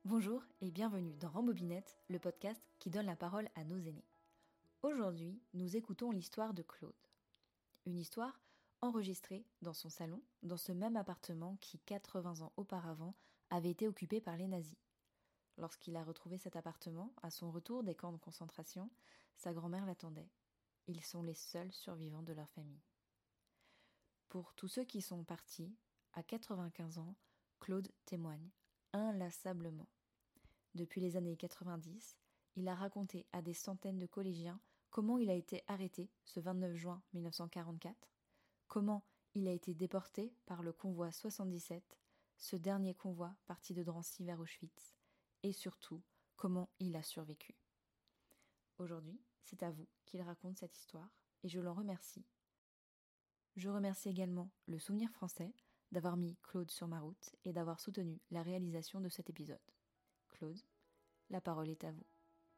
Bonjour et bienvenue dans Rambobinette, le podcast qui donne la parole à nos aînés. Aujourd'hui, nous écoutons l'histoire de Claude. Une histoire enregistrée dans son salon, dans ce même appartement qui, 80 ans auparavant, avait été occupé par les nazis. Lorsqu'il a retrouvé cet appartement, à son retour des camps de concentration, sa grand-mère l'attendait. Ils sont les seuls survivants de leur famille. Pour tous ceux qui sont partis, à 95 ans, Claude témoigne inlassablement. Depuis les années 90, il a raconté à des centaines de collégiens comment il a été arrêté ce 29 juin 1944, comment il a été déporté par le convoi 77, ce dernier convoi parti de Drancy vers Auschwitz, et surtout comment il a survécu. Aujourd'hui, c'est à vous qu'il raconte cette histoire, et je l'en remercie. Je remercie également le Souvenir français d'avoir mis Claude sur ma route et d'avoir soutenu la réalisation de cet épisode. Claude, la parole est à vous.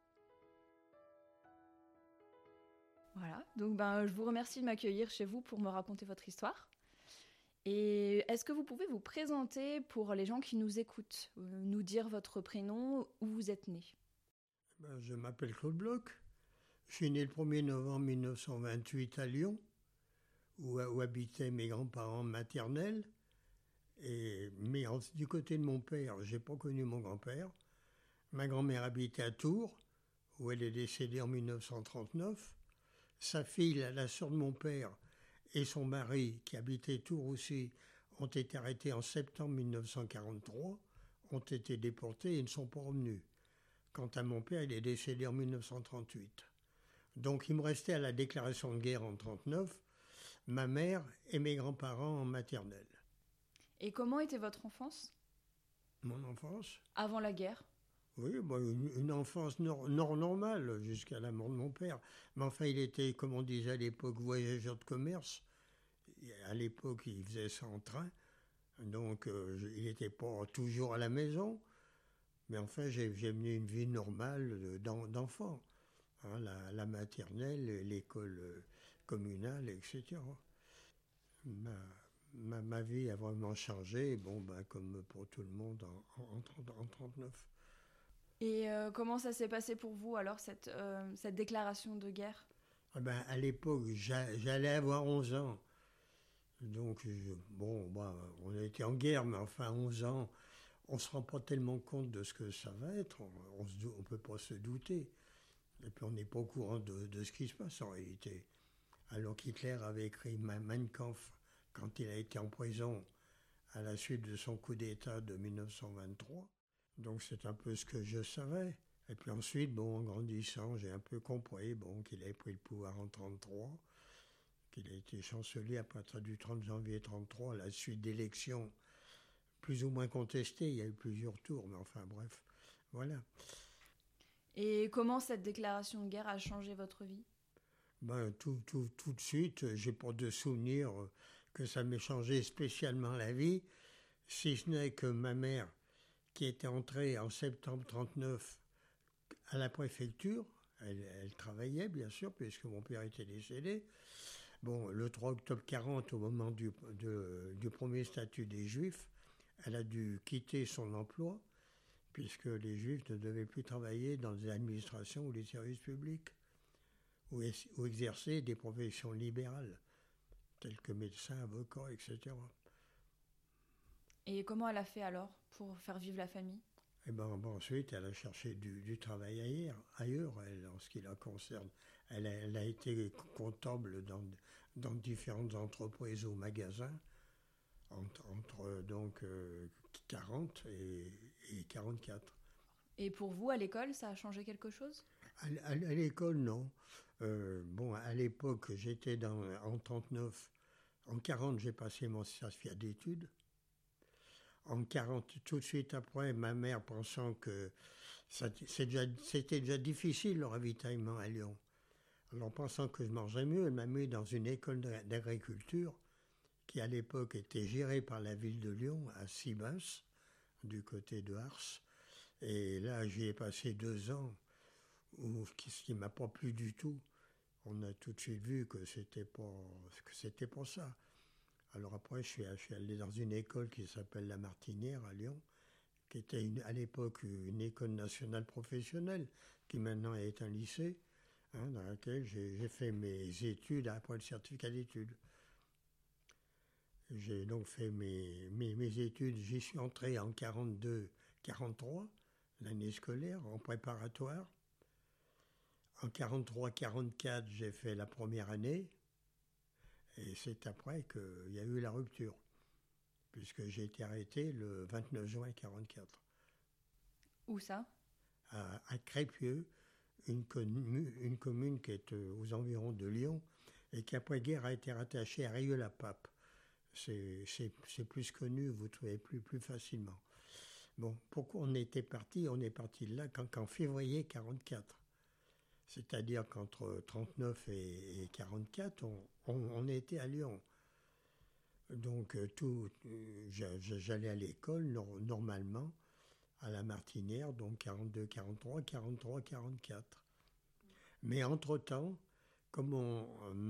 Voilà, donc je vous remercie de m'accueillir chez vous pour me raconter votre histoire. Et est-ce que vous pouvez vous présenter pour les gens qui nous écoutent, nous dire votre prénom, où vous êtes né? Je m'appelle Claude Bloch. Je suis né le 1er novembre 1928 à Lyon, où habitaient mes grands-parents maternels. Mais du côté de mon père, je n'ai pas connu mon grand-père. Ma grand-mère habitait à Tours, où elle est décédée en 1939. Sa fille, la sœur de mon père, et son mari, qui habitait Tours aussi, ont été arrêtés en septembre 1943, ont été déportés et ne sont pas revenus. Quant à mon père, il est décédé en 1938. Donc il me restait à la déclaration de guerre en 1939, ma mère et mes grands-parents en maternelle. Et comment était votre enfance? Mon enfance? Avant la guerre? Oui, une enfance normale jusqu'à la mort de mon père. Mais enfin, il était, comme on disait à l'époque, voyageur de commerce. À l'époque, il faisait ça en train. Donc, il n'était pas toujours à la maison. Mais enfin, j'ai mené une vie normale d'enfant. Hein, la maternelle, l'école communale, etc. Ma vie a vraiment changé, comme pour tout le monde en 1939. Et comment ça s'est passé pour vous alors, cette déclaration de guerre? À l'époque, j'allais avoir 11 ans. Donc, on était en guerre, mais enfin, 11 ans, on ne se rend pas tellement compte de ce que ça va être. On ne peut pas se douter. Et puis, on n'est pas au courant de ce qui se passe en réalité. Alors qu'Hitler avait écrit Mein Kampf quand il a été en prison à la suite de son coup d'État de 1923. Donc, c'est un peu ce que je savais. Et puis ensuite, en grandissant, j'ai un peu compris qu'il avait pris le pouvoir en 1933, qu'il a été chancelier à partir du 30 janvier 1933, à la suite d'élections plus ou moins contestées. Il y a eu plusieurs tours, mais enfin bref, voilà. Et comment cette déclaration de guerre a changé votre vie? Tout de suite, j'ai pas de souvenir que ça m'ait changé spécialement la vie, si ce n'est que ma mère, qui était entrée en septembre 1939 à la préfecture, elle travaillait bien sûr, puisque mon père était décédé. Le 3 octobre 1940, au moment du premier statut des Juifs, elle a dû quitter son emploi, puisque les Juifs ne devaient plus travailler dans les administrations ou les services publics, ou exercer des professions libérales, telles que médecins, avocats, etc. Et comment elle a fait alors pour faire vivre la famille? Ensuite, elle a cherché du travail ailleurs elle, en ce qui la concerne. Elle a été comptable dans différentes entreprises ou magasins, entre 40 et 44. Et pour vous, à l'école, ça a changé quelque chose? À l'école, non. À l'époque, j'étais en 39. En 40, j'ai passé mon certificat d'études. En 40, tout de suite après, ma mère, pensant que c'était déjà difficile le ravitaillement à Lyon, alors pensant que je mangerais mieux, elle m'a mis dans une école d'agriculture qui à l'époque était gérée par la ville de Lyon, à Sibens, du côté de Ars. Et là, j'y ai passé 2 ans, ce qui m'a pas plu du tout. On a tout de suite vu que c'était pas ça. Alors après, je suis allé dans une école qui s'appelle La Martinière à Lyon, qui était à l'époque une école nationale professionnelle, qui maintenant est un lycée, dans laquelle j'ai fait mes études après le certificat d'études. J'ai donc fait mes études, j'y suis entré en 42-43, l'année scolaire, en préparatoire. En 43-44, j'ai fait la première année, et c'est après qu'il y a eu la rupture, puisque j'ai été arrêté le 29 juin 44. Où ça? À Crépieux, une commune qui est aux environs de Lyon, et qui après-guerre a été rattachée à Rieux-la-Pape. C'est plus connu, vous trouvez plus facilement. Bon, pourquoi on était parti? On est parti de là qu'en février 44. C'est-à-dire qu'entre 39 et 44, on était à Lyon. Donc j'allais à l'école normalement, à la Martinière, donc 42, 43, 43, 44. Mais entre-temps, comme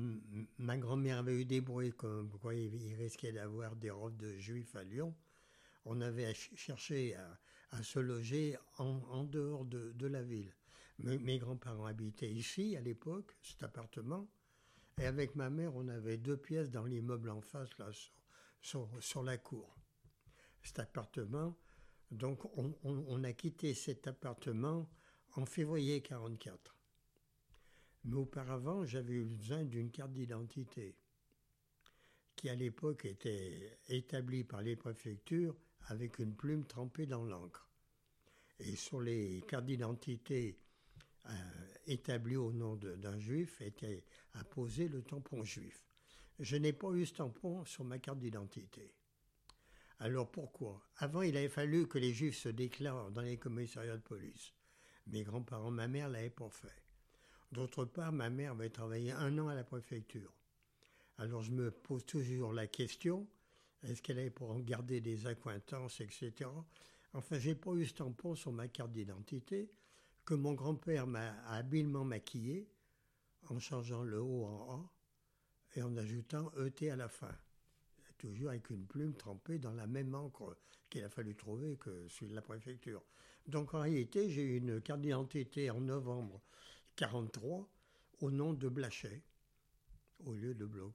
ma grand-mère avait eu des bruits comme quoi il risquait d'avoir des rôles de juifs à Lyon, on avait cherché à se loger en dehors de la ville. Mes grands-parents habitaient ici à l'époque, cet appartement, et avec ma mère, on avait 2 pièces dans l'immeuble en face, là, sur la cour. Cet appartement, donc on a quitté cet appartement en février 44. Mais auparavant, j'avais eu besoin d'une carte d'identité qui, à l'époque, était établie par les préfectures avec une plume trempée dans l'encre. Et sur les cartes d'identité établies au nom d'un juif était apposé le tampon juif. Je n'ai pas eu ce tampon sur ma carte d'identité. Alors pourquoi? Avant, il avait fallu que les juifs se déclarent dans les commissariats de police. Mes grands-parents, ma mère, ne l'avaient pas fait. D'autre part, ma mère avait travaillé 1 an à la préfecture. Alors je me pose toujours la question, est-ce qu'elle avait pour garder des accointances, etc. Enfin, je n'ai pas eu ce tampon sur ma carte d'identité que mon grand-père m'a habilement maquillé en changeant le O en A et en ajoutant ET à la fin. Toujours avec une plume trempée dans la même encre qu'il a fallu trouver que celui de la préfecture. Donc en réalité, j'ai eu une carte d'identité en novembre 43 au nom de Blachet, au lieu de Bloch.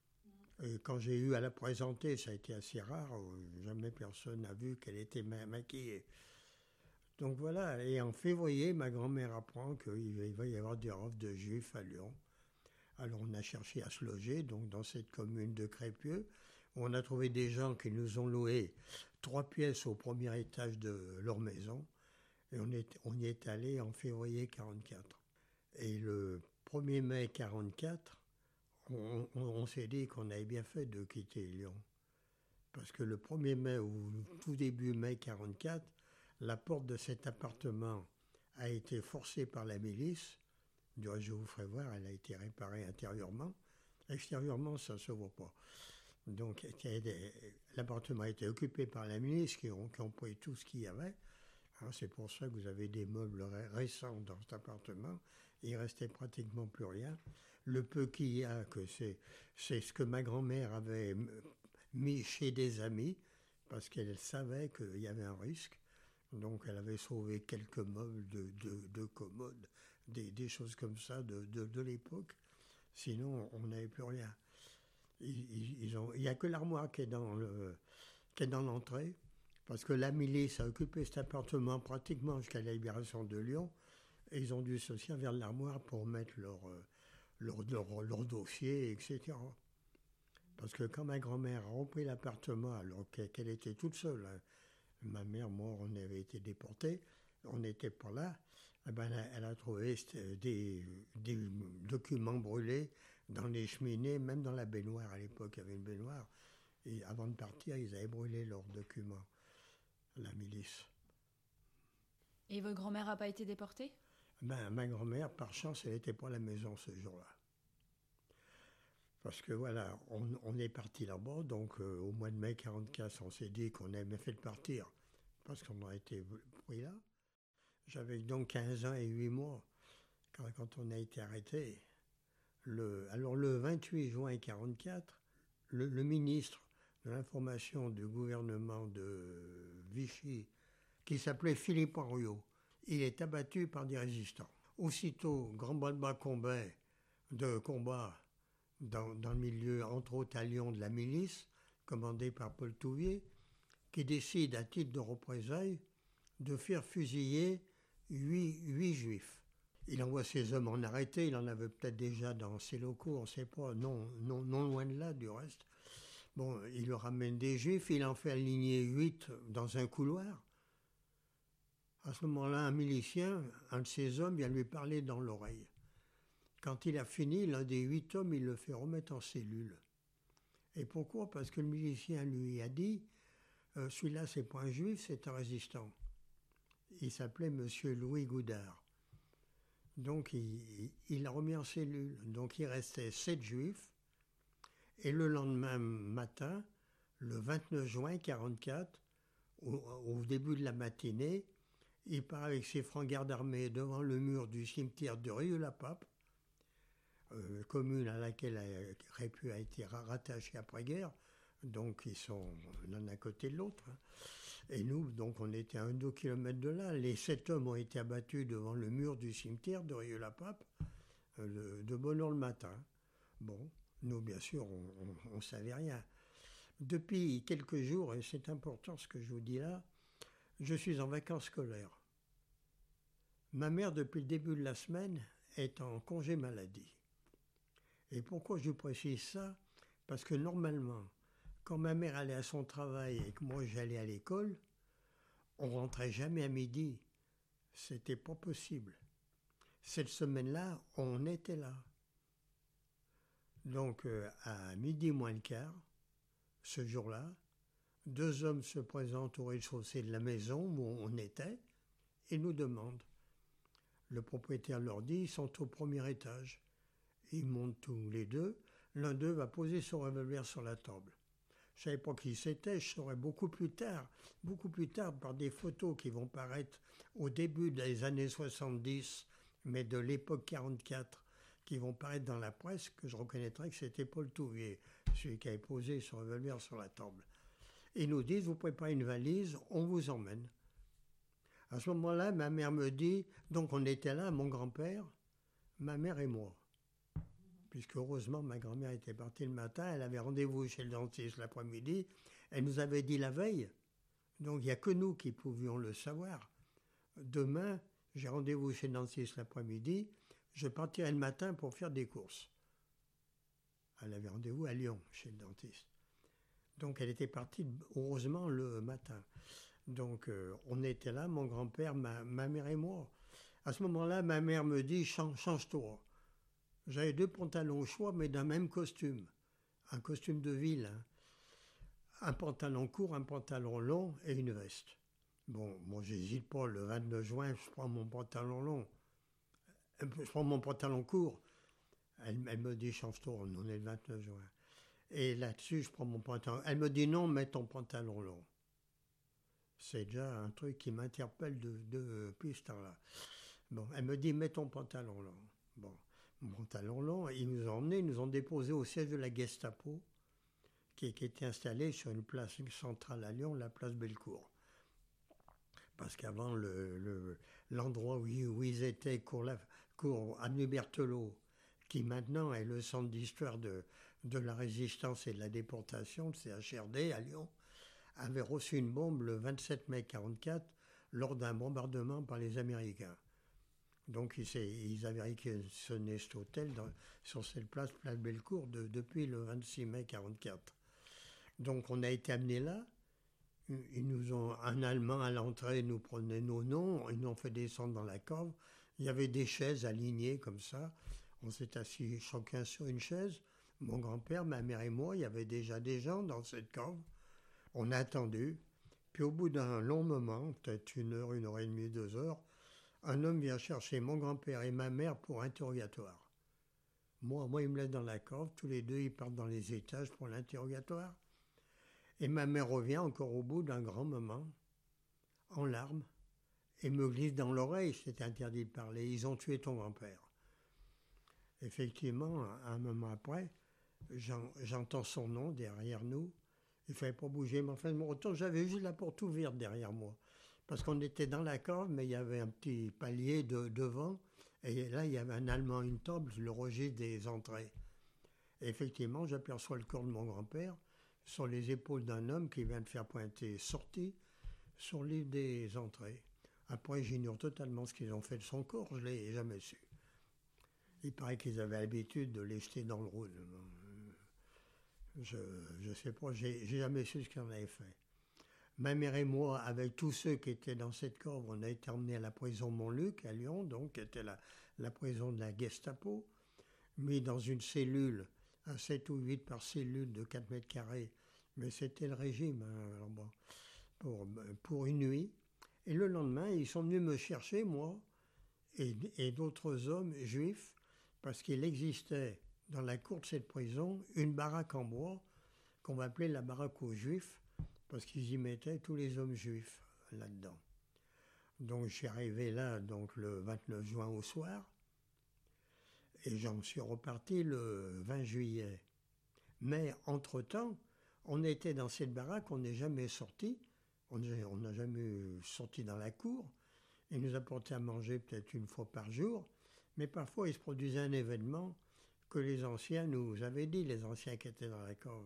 Et quand j'ai eu à la présenter, ça a été assez rare, jamais personne n'a vu qu'elle était maquillée. Donc voilà, et en février, ma grand-mère apprend qu'il va y avoir des rafles de juifs à Lyon. Alors on a cherché à se loger, donc dans cette commune de Crépieux. On a trouvé des gens qui nous ont loué 3 pièces au premier étage de leur maison. Et on y est allé en février 44. Et le 1er mai 44, on s'est dit qu'on avait bien fait de quitter Lyon. Parce que le 1er mai ou tout début mai 44, la porte de cet appartement a été forcée par la milice. Du reste, je vous ferai voir, elle a été réparée intérieurement. Extérieurement, ça ne se voit pas. Donc, l'appartement a été occupé par la milice qui ont pris tout ce qu'il y avait. Alors, c'est pour ça que vous avez des meubles récents dans cet appartement. Il ne restait pratiquement plus rien. Le peu qu'il y a, c'est ce que ma grand-mère avait mis chez des amis, parce qu'elle savait qu'il y avait un risque. Donc, elle avait sauvé quelques meubles de commodes, des choses comme ça de l'époque. Sinon, on n'avait plus rien. Il n'y a que l'armoire qui est dans l'entrée, parce que la milice a occupé cet appartement pratiquement jusqu'à la libération de Lyon, et ils ont dû se servir de l'armoire pour mettre leur dossier, etc. Parce que quand ma grand-mère a repris l'appartement, alors qu'elle était toute seule, hein, ma mère, moi, on avait été déportés, on n'était pas là, eh ben, elle a trouvé des documents brûlés dans les cheminées, même dans la baignoire. À l'époque, il y avait une baignoire. Et avant de partir, ils avaient brûlé leurs documents, la milice. Et votre grand-mère n'a pas été déportée? Ben, ma grand-mère, par chance, elle n'était pas à la maison ce jour-là. Parce que voilà, on est parti là-bas, donc au mois de mai 44, on s'est dit qu'on avait fait de partir, parce qu'on a été pris là. J'avais donc 15 ans et 8 mois quand on a été arrêté. Alors le 28 juin 1944, le ministre de l'information du gouvernement de Vichy qui s'appelait Philippe Henriot. Il est abattu par des résistants. Aussitôt, grand bas de combat dans le milieu, entre autres à Lyon, de la milice, commandée par Paul Touvier, qui décide, à titre de représailles, de faire fusiller 8 juifs. Il envoie ses hommes en arrêter, il en avait peut-être déjà dans ses locaux, on ne sait pas, non loin de là du reste. Bon, il leur ramène des juifs, il en fait aligner 8 dans un couloir. À ce moment-là, un milicien, un de ses hommes, vient lui parler dans l'oreille. Quand il a fini, l'un des 8 hommes, il le fait remettre en cellule. Et pourquoi ? Parce que le milicien lui a dit celui-là, c'est pas un juif, c'est un résistant. Il s'appelait Monsieur Louis Goudard. Donc, il l'a remis en cellule. Donc, il restait 7 juifs. Et le lendemain matin, le 29 juin 1944, au début de la matinée, il part avec ses francs gardes armés devant le mur du cimetière de Rieux-la-Pape, commune à laquelle Répu a été rattaché après-guerre. Donc, ils sont l'un à côté de l'autre. Et nous, donc, on était à 1-2 kilomètres de là. Les 7 hommes ont été abattus devant le mur du cimetière de Rieux-la-Pape de bonne heure le matin. Bon, nous, bien sûr, on ne savait rien. Depuis quelques jours, et c'est important ce que je vous dis là, je suis en vacances scolaires. Ma mère, depuis le début de la semaine, est en congé maladie. Et pourquoi je vous précise ça ? Parce que normalement, quand ma mère allait à son travail et que moi j'allais à l'école, on rentrait jamais à midi. C'était pas possible. Cette semaine-là, on était là. Donc, à midi moins le quart, ce jour-là, 2 hommes se présentent au rez-de-chaussée de la maison où on était et nous demandent. Le propriétaire leur dit, ils sont au premier étage. Ils montent tous les deux. L'un d'eux va poser son revolver sur la table. Je ne savais pas qui c'était, je saurais beaucoup plus tard par des photos qui vont paraître au début des années 70, mais de l'époque 44, qui vont paraître dans la presse, que je reconnaîtrai que c'était Paul Touvier, celui qui avait posé son revolver sur la table. Ils nous disent, vous préparez une valise, on vous emmène. À ce moment-là, ma mère me dit, donc on était là, mon grand-père, ma mère et moi. Puisque heureusement, ma grand-mère était partie le matin, elle avait rendez-vous chez le dentiste l'après-midi, elle nous avait dit la veille, donc il n'y a que nous qui pouvions le savoir. Demain, j'ai rendez-vous chez le dentiste l'après-midi, je partirai le matin pour faire des courses. Elle avait rendez-vous à Lyon, chez le dentiste. Donc elle était partie, heureusement, le matin. Donc on était là, mon grand-père, ma mère et moi. À ce moment-là, ma mère me dit, change-toi. J'avais 2 pantalons au choix, mais d'un même costume. Un costume de ville. Hein. Un pantalon court, un pantalon long et une veste. Bon, moi, j'hésite pas. Le 29 juin, je prends mon pantalon long. Je prends mon pantalon court. Elle me dit, change-toi, on est le 29 juin. Et là-dessus, je prends mon pantalon. Elle me dit, non, mets ton pantalon long. C'est déjà un truc qui m'interpelle depuis ce temps-là. Bon, elle me dit, mets ton pantalon long. Bon. Mon pantalon long, ils nous ont emmenés, ils nous ont déposés au siège de la Gestapo, qui était installé sur une place centrale à Lyon, la place Bellecour. Parce qu'avant, l'endroit où ils étaient, cour Avenue Berthelot, qui maintenant est le centre d'histoire de la résistance et de la déportation, de CHRD à Lyon, avait reçu une bombe le 27 mai 1944 lors d'un bombardement par les Américains. Donc ils avaient réquisitionné cet hôtel sur cette place Bellecour depuis le 26 mai 1944. Donc on a été amenés là. Ils nous ont, un Allemand à l'entrée nous prenait nos noms, ils nous ont fait descendre dans la cave. Il y avait des chaises alignées comme ça. On s'est assis chacun sur une chaise. Mon grand-père, ma mère et moi, il y avait déjà des gens dans cette cave. On a attendu. Puis au bout d'un long moment, peut-être 1 heure, 1 heure et demie, 2 heures, un homme vient chercher mon grand-père et ma mère pour interrogatoire. Moi, il me laisse dans la cave. Tous les deux, ils partent dans les étages pour l'interrogatoire. Et ma mère revient encore au bout d'un grand moment, en larmes, et me glisse dans l'oreille, c'était interdit de parler, ils ont tué ton grand-père. Effectivement, un moment après, j'entends son nom derrière nous. Il ne fallait pas bouger, mais enfin, autant j'avais juste la porte ouverte derrière moi. Parce qu'on était dans la cave, mais il y avait un petit palier devant, et là, il y avait un Allemand, une table, le registre des entrées. Et effectivement, j'aperçois le corps de mon grand-père sur les épaules d'un homme qui vient de faire pointer sortie sur l'île des entrées. Après, j'ignore totalement ce qu'ils ont fait de son corps, je ne l'ai jamais su. Il paraît qu'ils avaient l'habitude de les jeter dans le Rhône. Je ne sais pas, j'ai jamais su ce qu'ils en avaient fait. Ma mère et moi, avec tous ceux qui étaient dans cette cave, on a été emmenés à la prison Montluc, à Lyon, donc, qui était la prison de la Gestapo, mis dans une cellule, à 7 ou 8 par cellule de 4 mètres carrés. Mais c'était le régime, hein, alors bon, pour une nuit. Et le lendemain, ils sont venus me chercher, moi, et d'autres hommes juifs, parce qu'il existait dans la cour de cette prison une baraque en bois qu'on va appeler la baraque aux juifs, parce qu'ils y mettaient tous les hommes juifs là-dedans. Donc je suis arrivé là donc, le 29 juin au soir, et j'en suis reparti le 20 juillet. Mais entre-temps, on était dans cette baraque, on n'est jamais sorti, on n'a jamais sorti dans la cour. Ils nous apportaient à manger peut-être une fois par jour, mais parfois il se produisait un événement que les anciens nous avaient dit, les anciens qui étaient dans la cave.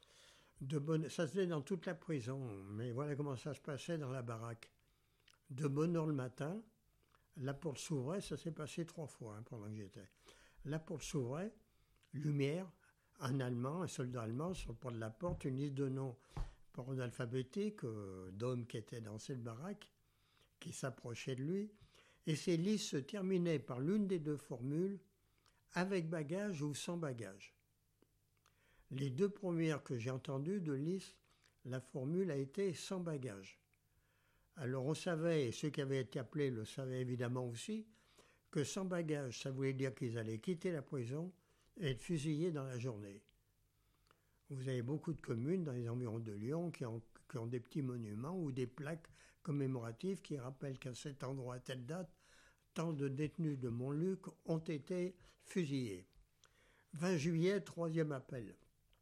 Ça se faisait dans toute la prison, mais voilà comment ça se passait dans la baraque. De bonne heure le matin, la porte s'ouvrait, ça s'est passé 3 fois pendant que j'étais. La porte s'ouvrait, lumière, un Allemand, un soldat allemand, sur le port de la porte, une liste de noms par ordre alphabétique d'hommes qui étaient dans cette baraque, qui s'approchaient de lui, et ces listes se terminaient par l'une des 2 formules, avec bagage ou sans bagage. Les 2 premières que j'ai entendues de liste, la formule a été sans bagage. Alors on savait, et ceux qui avaient été appelés le savaient évidemment aussi, que sans bagage, ça voulait dire qu'ils allaient quitter la prison et être fusillés dans la journée. Vous avez beaucoup de communes dans les environs de Lyon qui ont des petits monuments ou des plaques commémoratives qui rappellent qu'à cet endroit, à telle date, tant de détenus de Montluc ont été fusillés. 20 juillet, 3e appel.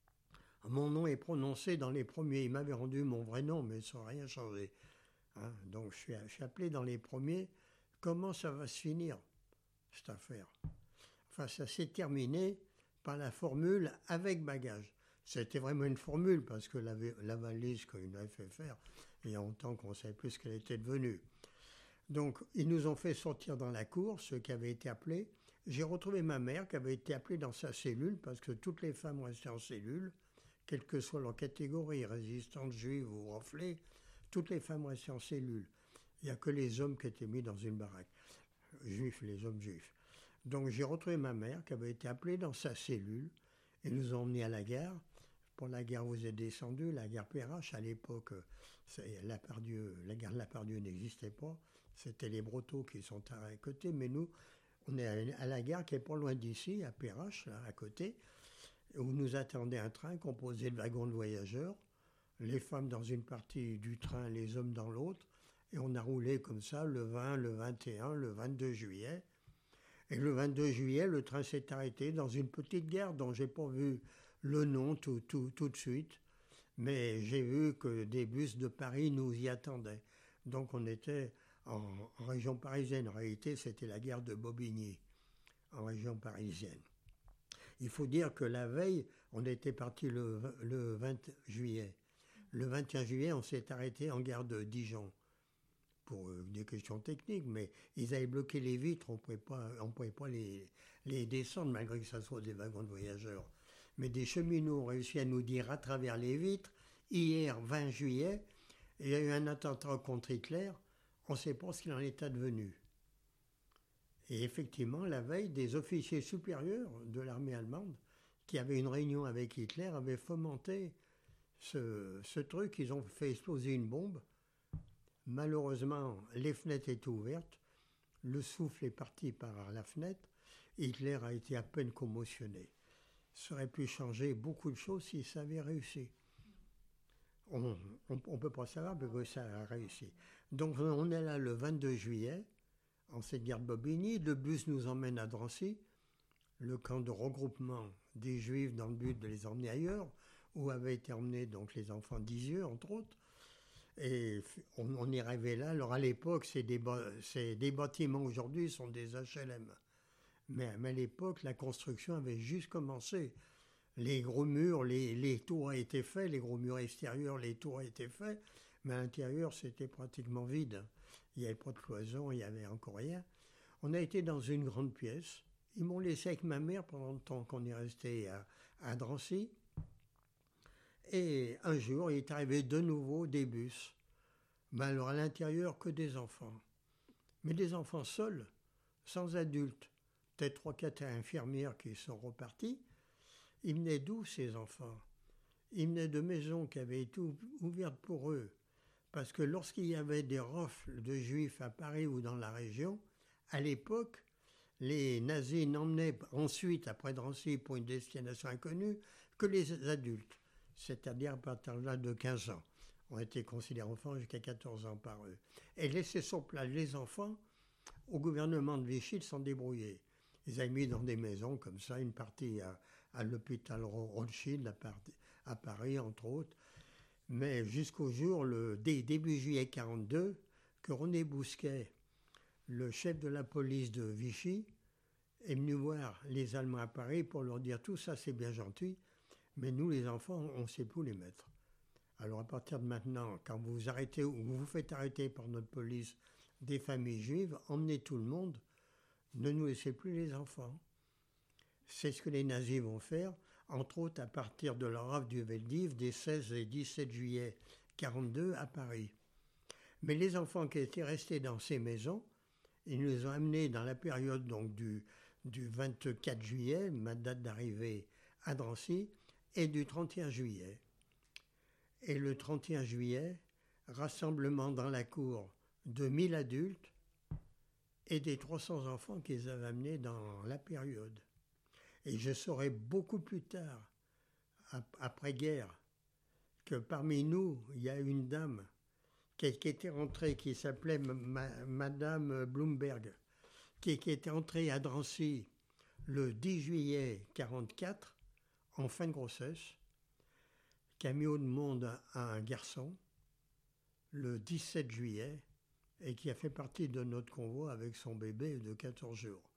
Mon nom est prononcé dans les premiers. Il m'avait rendu mon vrai nom, mais ça n'a rien changé. Hein, donc je suis appelé dans les premiers. Comment ça va se finir, cette affaire? Enfin, ça s'est terminé par la formule « avec bagage ». C'était vraiment une formule, parce que la valise qu'il avait fait faire, il y a longtemps qu'on ne savait plus ce qu'elle était devenue. Donc, ils nous ont fait sortir dans la cour, ceux qui avaient été appelés. J'ai retrouvé ma mère qui avait été appelée dans sa cellule, parce que toutes les femmes restaient en cellule, quelle que soit leur catégorie, résistantes, juives ou renflées, toutes les femmes restaient en cellule. Il n'y a que les hommes qui étaient mis dans une baraque. Juifs, les hommes juifs. Donc j'ai retrouvé ma mère qui avait été appelée dans sa cellule et nous ont emmenés à la gare. Pour la gare où vous êtes descendu, la gare Perrache, à l'époque, la gare de Lapardieu n'existait pas. C'était les Brotteaux qui sont à côté, mais nous, on est à la gare qui est pas loin d'ici, à Perrache, là, à côté, où nous attendait un train composé de wagons de voyageurs, les femmes dans une partie du train, les hommes dans l'autre, et on a roulé comme ça le 20, le 21, le 22 juillet. Et le 22 juillet, le train s'est arrêté dans une petite gare dont je n'ai pas vu le nom tout de suite, mais j'ai vu que des bus de Paris nous y attendaient. Donc on était en région parisienne. En réalité, c'était la gare de Bobigny, en région parisienne. Il faut dire que la veille, on était parti le 20 juillet. Le 21 juillet, on s'est arrêté en gare de Dijon pour des questions techniques, mais ils avaient bloqué les vitres, on ne pouvait pas les descendre malgré que ce soit des wagons de voyageurs. Mais des cheminots ont réussi à nous dire à travers les vitres, hier 20 juillet, il y a eu un attentat contre Hitler, on ne sait pas ce qu'il en est advenu. Et effectivement, la veille, des officiers supérieurs de l'armée allemande, qui avaient une réunion avec Hitler, avaient fomenté ce truc. Ils ont fait exploser une bombe. Malheureusement, les fenêtres étaient ouvertes. Le souffle est parti par la fenêtre. Hitler a été à peine commotionné. Ça aurait pu changer beaucoup de choses si ça avait réussi. On ne peut pas savoir parce que ça a réussi. Donc on est là le 22 juillet, en cette gare de Bobigny. Le bus nous emmène à Drancy, le camp de regroupement des Juifs dans le but de les emmener ailleurs, où avaient été emmenés donc les enfants d'Isieux, entre autres. Et on est arrivé là. Alors à l'époque, c'est des bâtiments aujourd'hui sont des HLM. Mais à l'époque, la construction avait juste commencé. Les gros murs, les tours étaient faits, les gros murs extérieurs, les tours étaient faits, mais à l'intérieur, c'était pratiquement vide. Il n'y avait pas de cloison, il n'y avait encore rien. On a été dans une grande pièce. Ils m'ont laissé avec ma mère pendant le temps qu'on est resté à Drancy. Et un jour, il est arrivé de nouveau des bus. Mais alors à l'intérieur, que des enfants. Mais des enfants seuls, sans adultes. Peut-être 3-4 infirmières qui sont reparties. Ils venaient d'où ces enfants? Ils venaient de maisons qui avaient été ouvertes pour eux. Parce que lorsqu'il y avait des rafles de juifs à Paris ou dans la région, à l'époque, les nazis n'emmenaient ensuite, après Drancy, pour une destination inconnue, que les adultes, c'est-à-dire à partir de là de 15 ans. On était considérés enfants jusqu'à 14 ans par eux. Et laisser sur place les enfants, au gouvernement de Vichy, ils s'en débrouillaient. Ils avaient mis dans des maisons comme ça, une partie à l'hôpital Rothschild à Paris, entre autres. Mais jusqu'au jour, début juillet 1942, que René Bousquet, le chef de la police de Vichy, est venu voir les Allemands à Paris pour leur dire tout ça c'est bien gentil, mais nous les enfants, on ne sait plus les mettre. Alors à partir de maintenant, quand vous vous arrêtez ou vous vous faites arrêter par notre police des familles juives, emmenez tout le monde, ne nous laissez plus les enfants. C'est ce que les nazis vont faire, entre autres à partir de la rafle du Veldiv des 16 et 17 juillet 1942 à Paris. Mais les enfants qui étaient restés dans ces maisons, ils nous ont amenés dans la période donc du 24 juillet, ma date d'arrivée à Drancy, et du 31 juillet. Et le 31 juillet, rassemblement dans la cour de 1000 adultes et des 300 enfants qu'ils avaient amenés dans la période. Et je saurai beaucoup plus tard, après-guerre, que parmi nous, il y a une dame qui était rentrée, qui s'appelait Madame Bloomberg, qui était entrée à Drancy le 10 juillet 1944, en fin de grossesse, qui a mis au monde un garçon le 17 juillet et qui a fait partie de notre convoi avec son bébé de 14 jours.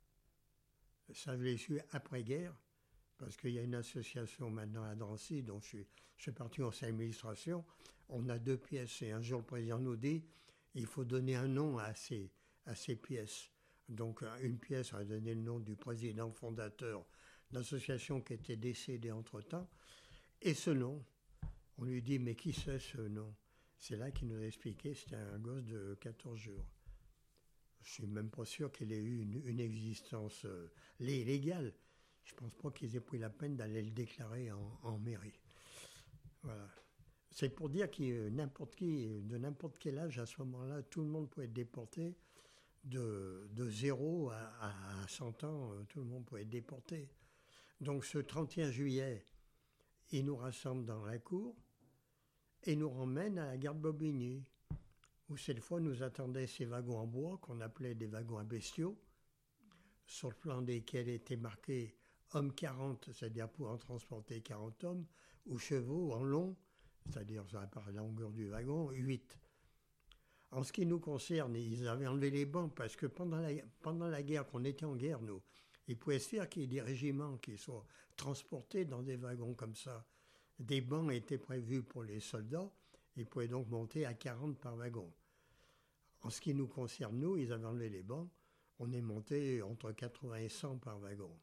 Ça, je l'ai su après-guerre, parce qu'il y a une association maintenant à Drancy, dont je suis parti en conseil d'administration. On a 2 pièces et un jour le président nous dit il faut donner un nom à ces pièces. Donc une pièce, on a donné le nom du président fondateur d'association qui était décédé entre-temps. Et ce nom, on lui dit mais qui c'est ce nom? C'est là qu'il nous a expliqué, c'était un gosse de 14 jours. Je suis même pas sûr qu'il ait eu une existence légale. Je pense pas qu'ils aient pris la peine d'aller le déclarer en mairie. Voilà. C'est pour dire que n'importe qui, de n'importe quel âge, à ce moment-là, tout le monde pouvait être déporté. De 0 à 100 ans, tout le monde pouvait être déporté. Donc ce 31 juillet, ils nous rassemblent dans la cour et nous ramènent à la gare de Bobigny, où cette fois nous attendaient ces wagons en bois qu'on appelait des wagons à bestiaux, sur le plan desquels était marqué hommes 40, c'est-à-dire pour en transporter 40 hommes, ou chevaux en long, c'est-à-dire par la longueur du wagon, 8. En ce qui nous concerne, ils avaient enlevé les bancs parce que pendant la guerre, qu'on était en guerre, nous, il pouvait se faire qu'il y ait des régiments qui soient transportés dans des wagons comme ça. Des bancs étaient prévus pour les soldats, ils pouvaient donc monter à 40 par wagon. En ce qui nous concerne, nous, ils avaient enlevé les bancs, on est monté entre 80 et 100 par wagon.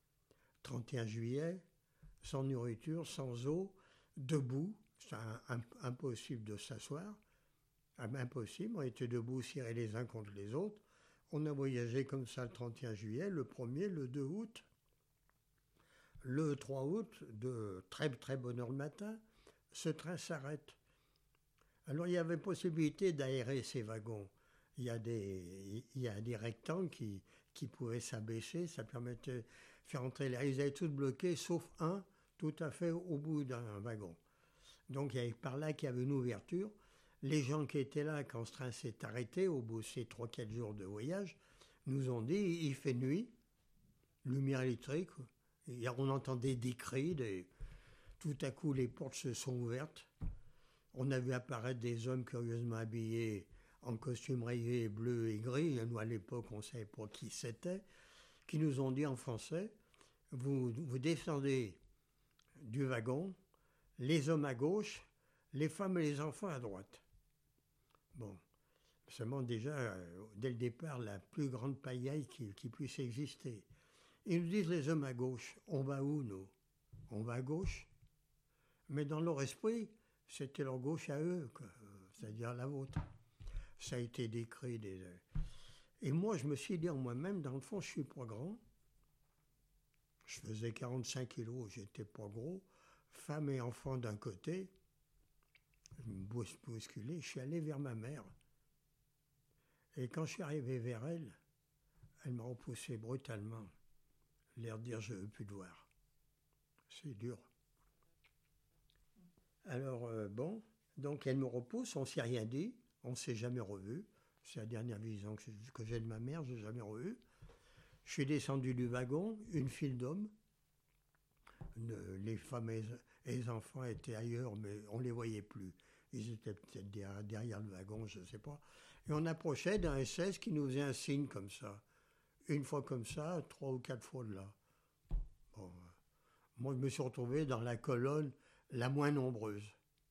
31 juillet, sans nourriture, sans eau, debout, c'est impossible de s'asseoir. Impossible, on était debout, serrés les uns contre les autres. On a voyagé comme ça le 31 juillet, le 1er, le 2 août. Le 3 août, de très très bonne heure le matin, ce train s'arrête. Alors il y avait possibilité d'aérer ces wagons. Il y a des rectangles qui pouvaient s'abaisser, ça permettait de faire entrer l'air. Ils avaient tous bloqués, sauf un, tout à fait au bout d'un wagon. Donc il y avait par là qu'il y avait une ouverture. Les gens qui étaient là quand ce train s'est arrêté, au bout de ces 3-4 jours de voyage, nous ont dit il fait nuit, lumière électrique, et on entendait des cris, tout à coup les portes se sont ouvertes, On a vu apparaître des hommes curieusement habillés en costume rayé bleu et gris. Et nous, à l'époque, on ne savait pas qui c'était, qui nous ont dit en français, vous descendez du wagon, les hommes à gauche, les femmes et les enfants à droite. Bon, seulement déjà, dès le départ, la plus grande paillaille qui puisse exister. Ils nous disent, les hommes à gauche, on va où, nous? On va à gauche? Mais dans leur esprit, c'était leur gauche à eux, quoi, c'est-à-dire la vôtre. Ça a été décrit. Et moi, je me suis dit en moi-même, dans le fond, je suis pas grand. Je faisais 45 kilos, j'étais pas gros. Femme et enfant d'un côté, je me bousculais, je suis allé vers ma mère. Et quand je suis arrivé vers elle, elle m'a repoussé brutalement. L'air de dire, je ne veux plus te voir. C'est dur. Alors, bon, donc elle me repousse, on ne s'est rien dit, on ne s'est jamais revu. C'est la dernière vision que j'ai de ma mère, je ne l'ai jamais revue. Je suis descendu du wagon, une file d'hommes. Les femmes et les enfants étaient ailleurs, mais on ne les voyait plus. Ils étaient peut-être derrière le wagon, je ne sais pas. Et on approchait d'un SS qui nous faisait un signe comme ça. Une fois comme ça, 3 ou 4 fois de là. Bon, moi, je me suis retrouvé dans la colonne la moins nombreuse.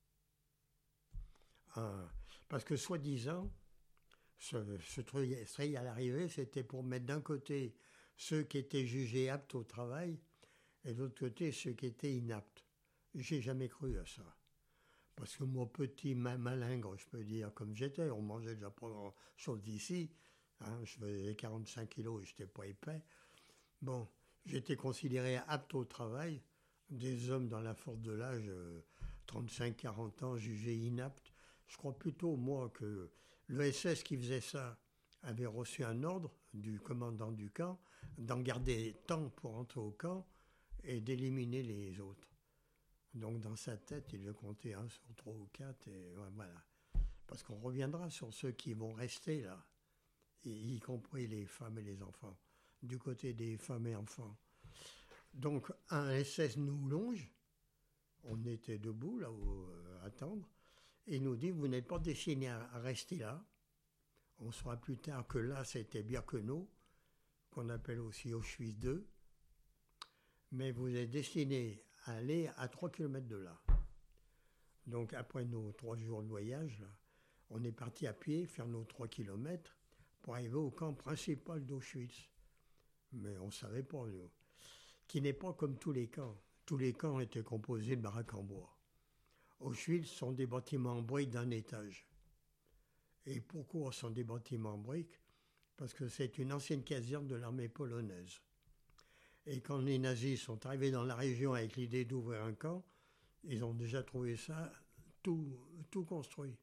Parce que, soi-disant, ce truc à l'arrivée, c'était pour mettre d'un côté ceux qui étaient jugés aptes au travail et de l'autre côté ceux qui étaient inaptes. J'ai jamais cru à ça. Parce que moi, petit malingre, je peux dire, comme j'étais, on mangeait déjà pas grand-chose d'ici. Je faisais 45 kilos et je n'étais pas épais. Bon, j'étais considéré apte au travail. Des hommes dans la force de l'âge, 35-40 ans, jugés inaptes. Je crois plutôt, moi, que le SS qui faisait ça avait reçu un ordre du commandant du camp d'en garder tant pour entrer au camp et d'éliminer les autres. Donc dans sa tête, il veut compter 1 sur 3 ou 4 et voilà. Parce qu'on reviendra sur ceux qui vont rester là, y compris les femmes et les enfants, du côté des femmes et enfants. Donc un SS nous longe, on était debout là-haut à attendre, et il nous dit, vous n'êtes pas destiné à rester là. On saura plus tard que là, c'était Birkenau, qu'on appelle aussi Auschwitz II, mais vous êtes destiné à aller à 3 km de là. Donc après nos 3 jours de voyage, là, on est parti à pied faire nos 3 km pour arriver au camp principal d'Auschwitz. Mais on ne savait pas, nous, qui n'est pas comme tous les camps. Tous les camps étaient composés de baraques en bois. Auschwitz sont des bâtiments en briques d'un étage. Et pourquoi sont des bâtiments en briques? Parce que c'est une ancienne caserne de l'armée polonaise. Et quand les nazis sont arrivés dans la région avec l'idée d'ouvrir un camp, ils ont déjà trouvé ça tout construit.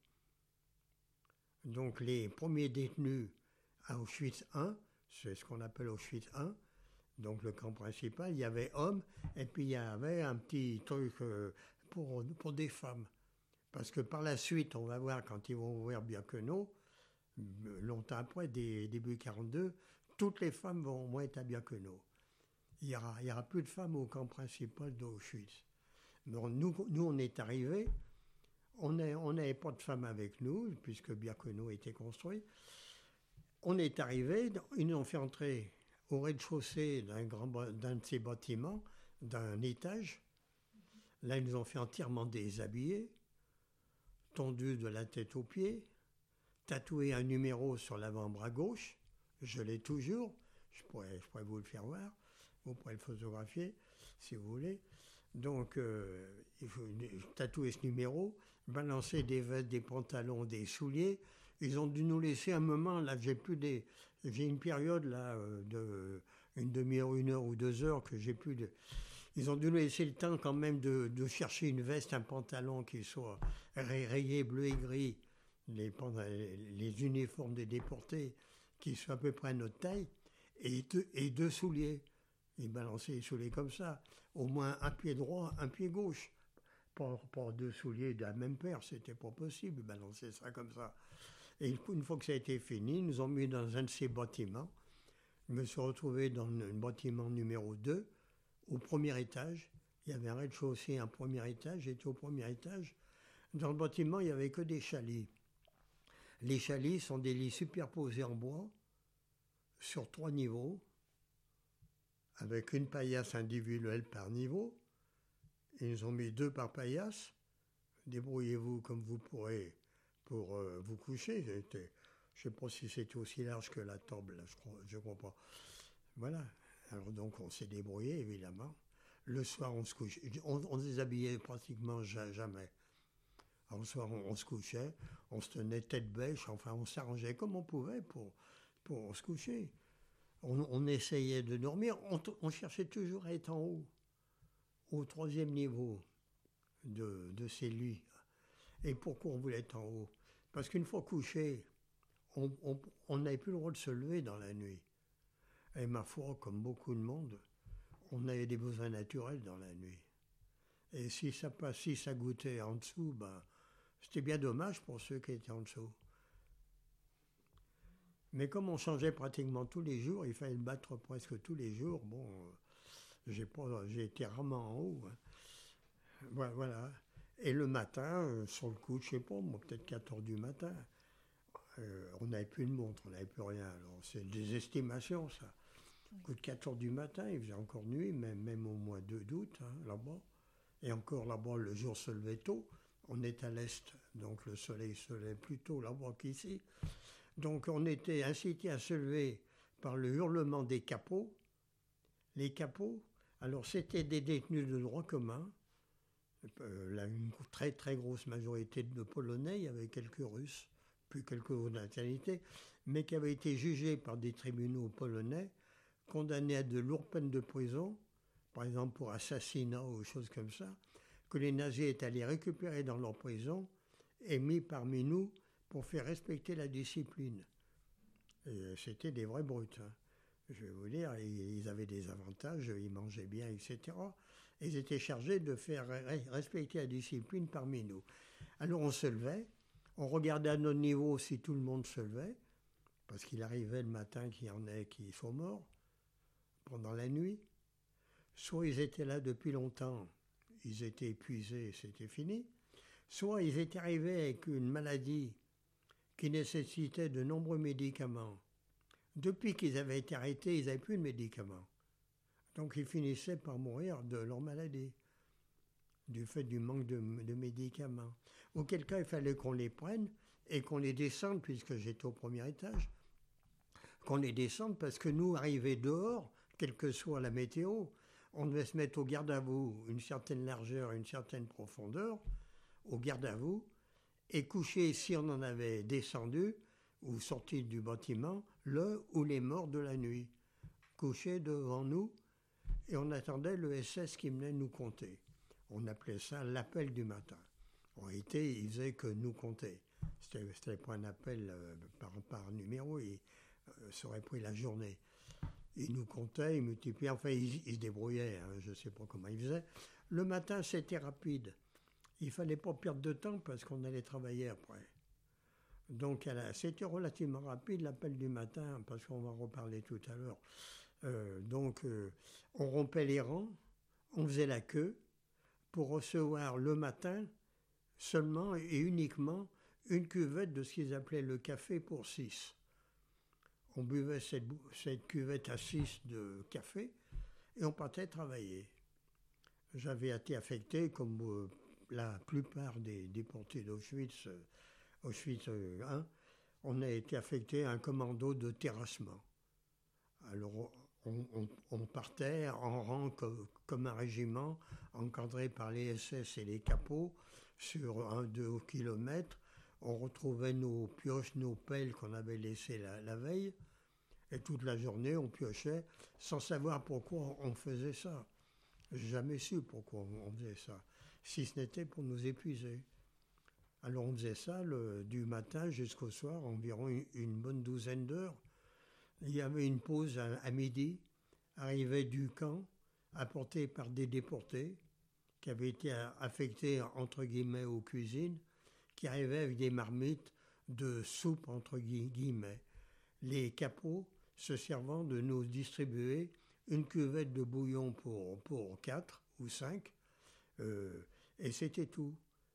Donc les premiers détenus à Auschwitz I, c'est ce qu'on appelle Auschwitz I, donc le camp principal, il y avait hommes et puis il y avait un petit truc pour des femmes. Parce que par la suite, on va voir quand ils vont ouvrir Birkenau, longtemps après, début 42, toutes les femmes vont être à Birkenau. Il y aura plus de femmes au camp principal d'Auschwitz. Donc nous, on est arrivés, on n'avait pas de femmes avec nous, puisque Birkenau était construit. On est arrivés, ils nous ont fait entrer au rez-de-chaussée d'un de ces bâtiments, d'un étage. Là, ils nous ont fait entièrement déshabiller, tondus de la tête aux pieds, tatoué un numéro sur l'avant-bras gauche, je l'ai toujours, je pourrais vous le faire voir, vous pourrez le photographier si vous voulez. Donc, il faut tatouer ce numéro, balancer des vestes, des pantalons, des souliers. Ils ont dû nous laisser un moment, là, j'ai une période là de une demi-heure, 1 heure ou 2 heures que j'ai plus de... Ils ont dû nous laisser le temps quand même de chercher une veste, un pantalon qui soit rayé bleu et gris, les uniformes des déportés qui soient à peu près à notre taille, et 2 souliers. Ils balançaient les souliers comme ça, au moins un pied droit, un pied gauche. Pas 2 souliers de la même paire, c'était pas possible de balancer ça comme ça. Et une fois que ça a été fini, ils nous ont mis dans un de ces bâtiments. Je me suis retrouvé dans le bâtiment numéro 2, au premier étage. Il y avait un rez-de-chaussée, un premier étage. J'étais au premier étage. Dans le bâtiment, il n'y avait que des chalets. Les chalets sont des lits superposés en bois sur 3 niveaux, avec une paillasse individuelle par niveau. Ils nous ont mis 2 par paillasse. Débrouillez-vous comme vous pourrez pour vous coucher. Je ne sais pas si c'était aussi large que la table, là, je crois pas. Voilà. Alors donc on s'est débrouillé, évidemment. Le soir, on se couchait. On se déshabillait pratiquement jamais. Alors, le soir, on se couchait, on se tenait tête bêche, enfin on s'arrangeait comme on pouvait pour se coucher. On essayait de dormir, on cherchait toujours à être en haut, au 3e niveau de ces lits. Et pourquoi on voulait être en haut? Parce qu'une fois couché, on n'avait plus le droit de se lever dans la nuit. Et ma foi, comme beaucoup de monde, on avait des besoins naturels dans la nuit. Et si ça goûtait en dessous, ben, c'était bien dommage pour ceux qui étaient en dessous. Mais comme on changeait pratiquement tous les jours, il fallait le battre presque tous les jours. Bon, j'ai été rarement en haut. Hein. Voilà. Et le matin, sur le coup, je sais pas, moi, peut-être 4 heures du matin, on n'avait plus de montre, on n'avait plus rien. Alors, c'est des estimations, ça. Au coup de 4 heures du matin, il faisait encore nuit, même au mois d'août, hein, là-bas. Et encore là-bas, le jour se levait tôt. On est à l'est, donc le soleil se lève plus tôt là-bas qu'ici. Donc on était incité à se lever par le hurlement des capots. Les capots, alors c'était des détenus de droit commun, une très très grosse majorité de Polonais, il y avait quelques Russes, puis quelques autres nationalités, mais qui avaient été jugés par des tribunaux polonais, condamnés à de lourdes peines de prison, par exemple pour assassinat ou choses comme ça, que les nazis étaient allés récupérer dans leur prison et mis parmi nous pour faire respecter la discipline. Et c'était des vrais brutes. Hein. Je vais vous dire, ils avaient des avantages, ils mangeaient bien, etc. Et ils étaient chargés de faire respecter la discipline parmi nous. Alors on se levait, on regardait à notre niveau si tout le monde se levait, parce qu'il arrivait le matin qu'il y en ait qui sont morts pendant la nuit. Soit ils étaient là depuis longtemps, ils étaient épuisés, c'était fini. Soit ils étaient arrivés avec une maladie qui nécessitait de nombreux médicaments. Depuis qu'ils avaient été arrêtés, ils n'avaient plus de médicaments. Donc ils finissaient par mourir de leur maladie, du fait du manque de médicaments. Auquel cas, il fallait qu'on les prenne et qu'on les descende, puisque j'étais au premier étage, qu'on les descende parce que nous, arrivés dehors, quelle que soit la météo, on devait se mettre au garde à vous, une certaine largeur, une certaine profondeur, au garde à vous, et coucher, si on en avait descendu ou sorti du bâtiment, le ou les morts de la nuit, couchés devant nous, et on attendait le SS qui venait nous compter. On appelait ça l'appel du matin. En réalité, il faisait que nous compter. C'était pas un appel par numéro, ça aurait pris la journée. Il nous comptait, il multipliait, enfin il se débrouillait, hein, je ne sais pas comment il faisait. Le matin, c'était rapide. Il ne fallait pas perdre de temps parce qu'on allait travailler après. Donc c'était relativement rapide l'appel du matin, parce qu'on va en reparler tout à l'heure. On rompait les rangs, on faisait la queue pour recevoir le matin seulement et uniquement une cuvette de ce qu'ils appelaient le café pour 6. On buvait cette cuvette à 6 de café et on partait travailler. J'avais été affecté, comme la plupart des déportés d'Auschwitz, Auschwitz 1, on a été affecté à un commando de terrassement. Alors on partait en rang comme un régiment, encadré par les SS et les capots, sur 1-2 kilomètres. On retrouvait nos pioches, nos pelles qu'on avait laissées la veille. Et toute la journée, on piochait sans savoir pourquoi on faisait ça. J'ai jamais su pourquoi on faisait ça, si ce n'était pour nous épuiser. Alors on faisait ça du matin jusqu'au soir, environ une bonne douzaine d'heures. Il y avait une pause à midi, arrivée du camp, apportée par des déportés, qui avaient été affectés, entre guillemets, aux cuisines, qui arrivaient avec des marmites de soupe, entre guillemets. Les capots se servant de nous distribuer une cuvette de bouillon pour 4 ou 5, et c'était tout.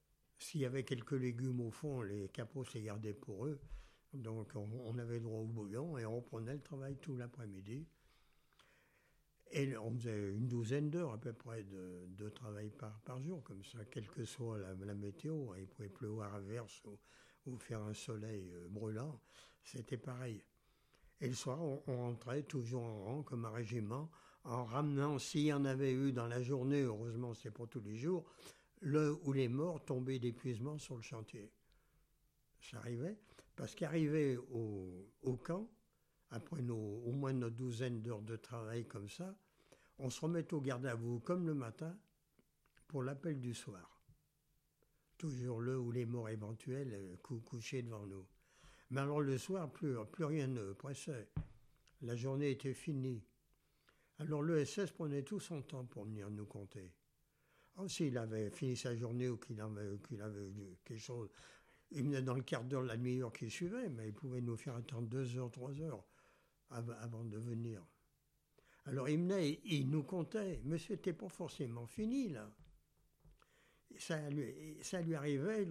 s'il y avait quelques légumes au fond, les capots se les gardaient pour eux. Donc on avait droit au bouillon et on reprenait le travail tout l'après-midi. Et on faisait une douzaine d'heures à peu près de travail par jour, comme ça, quelle que soit la météo. Il pouvait pleuvoir à verse ou faire un soleil brûlant, c'était pareil. Et le soir, on rentrait toujours en rang, comme un régiment, en ramenant, s'il y en avait eu dans la journée, heureusement c'est pour tous les jours, le ou les morts tombaient d'épuisement sur le chantier. Ça arrivait, parce qu'arrivé au camp, après au moins notre douzaine d'heures de travail comme ça, on se remet au garde à vous comme le matin pour l'appel du soir. Toujours le ou les morts éventuels couchés devant nous. Mais alors le soir, plus rien ne pressait. La journée était finie. Alors le SS prenait tout son temps pour venir nous compter. Oh, s'il avait fini sa journée ou qu'il avait quelque chose, il venait dans le quart d'heure, la demi-heure qui suivait, mais il pouvait nous faire attendre 2 heures, 3 heures avant de venir. Alors il venait, il nous comptait, mais c'était pas forcément fini là. Ça lui arrivait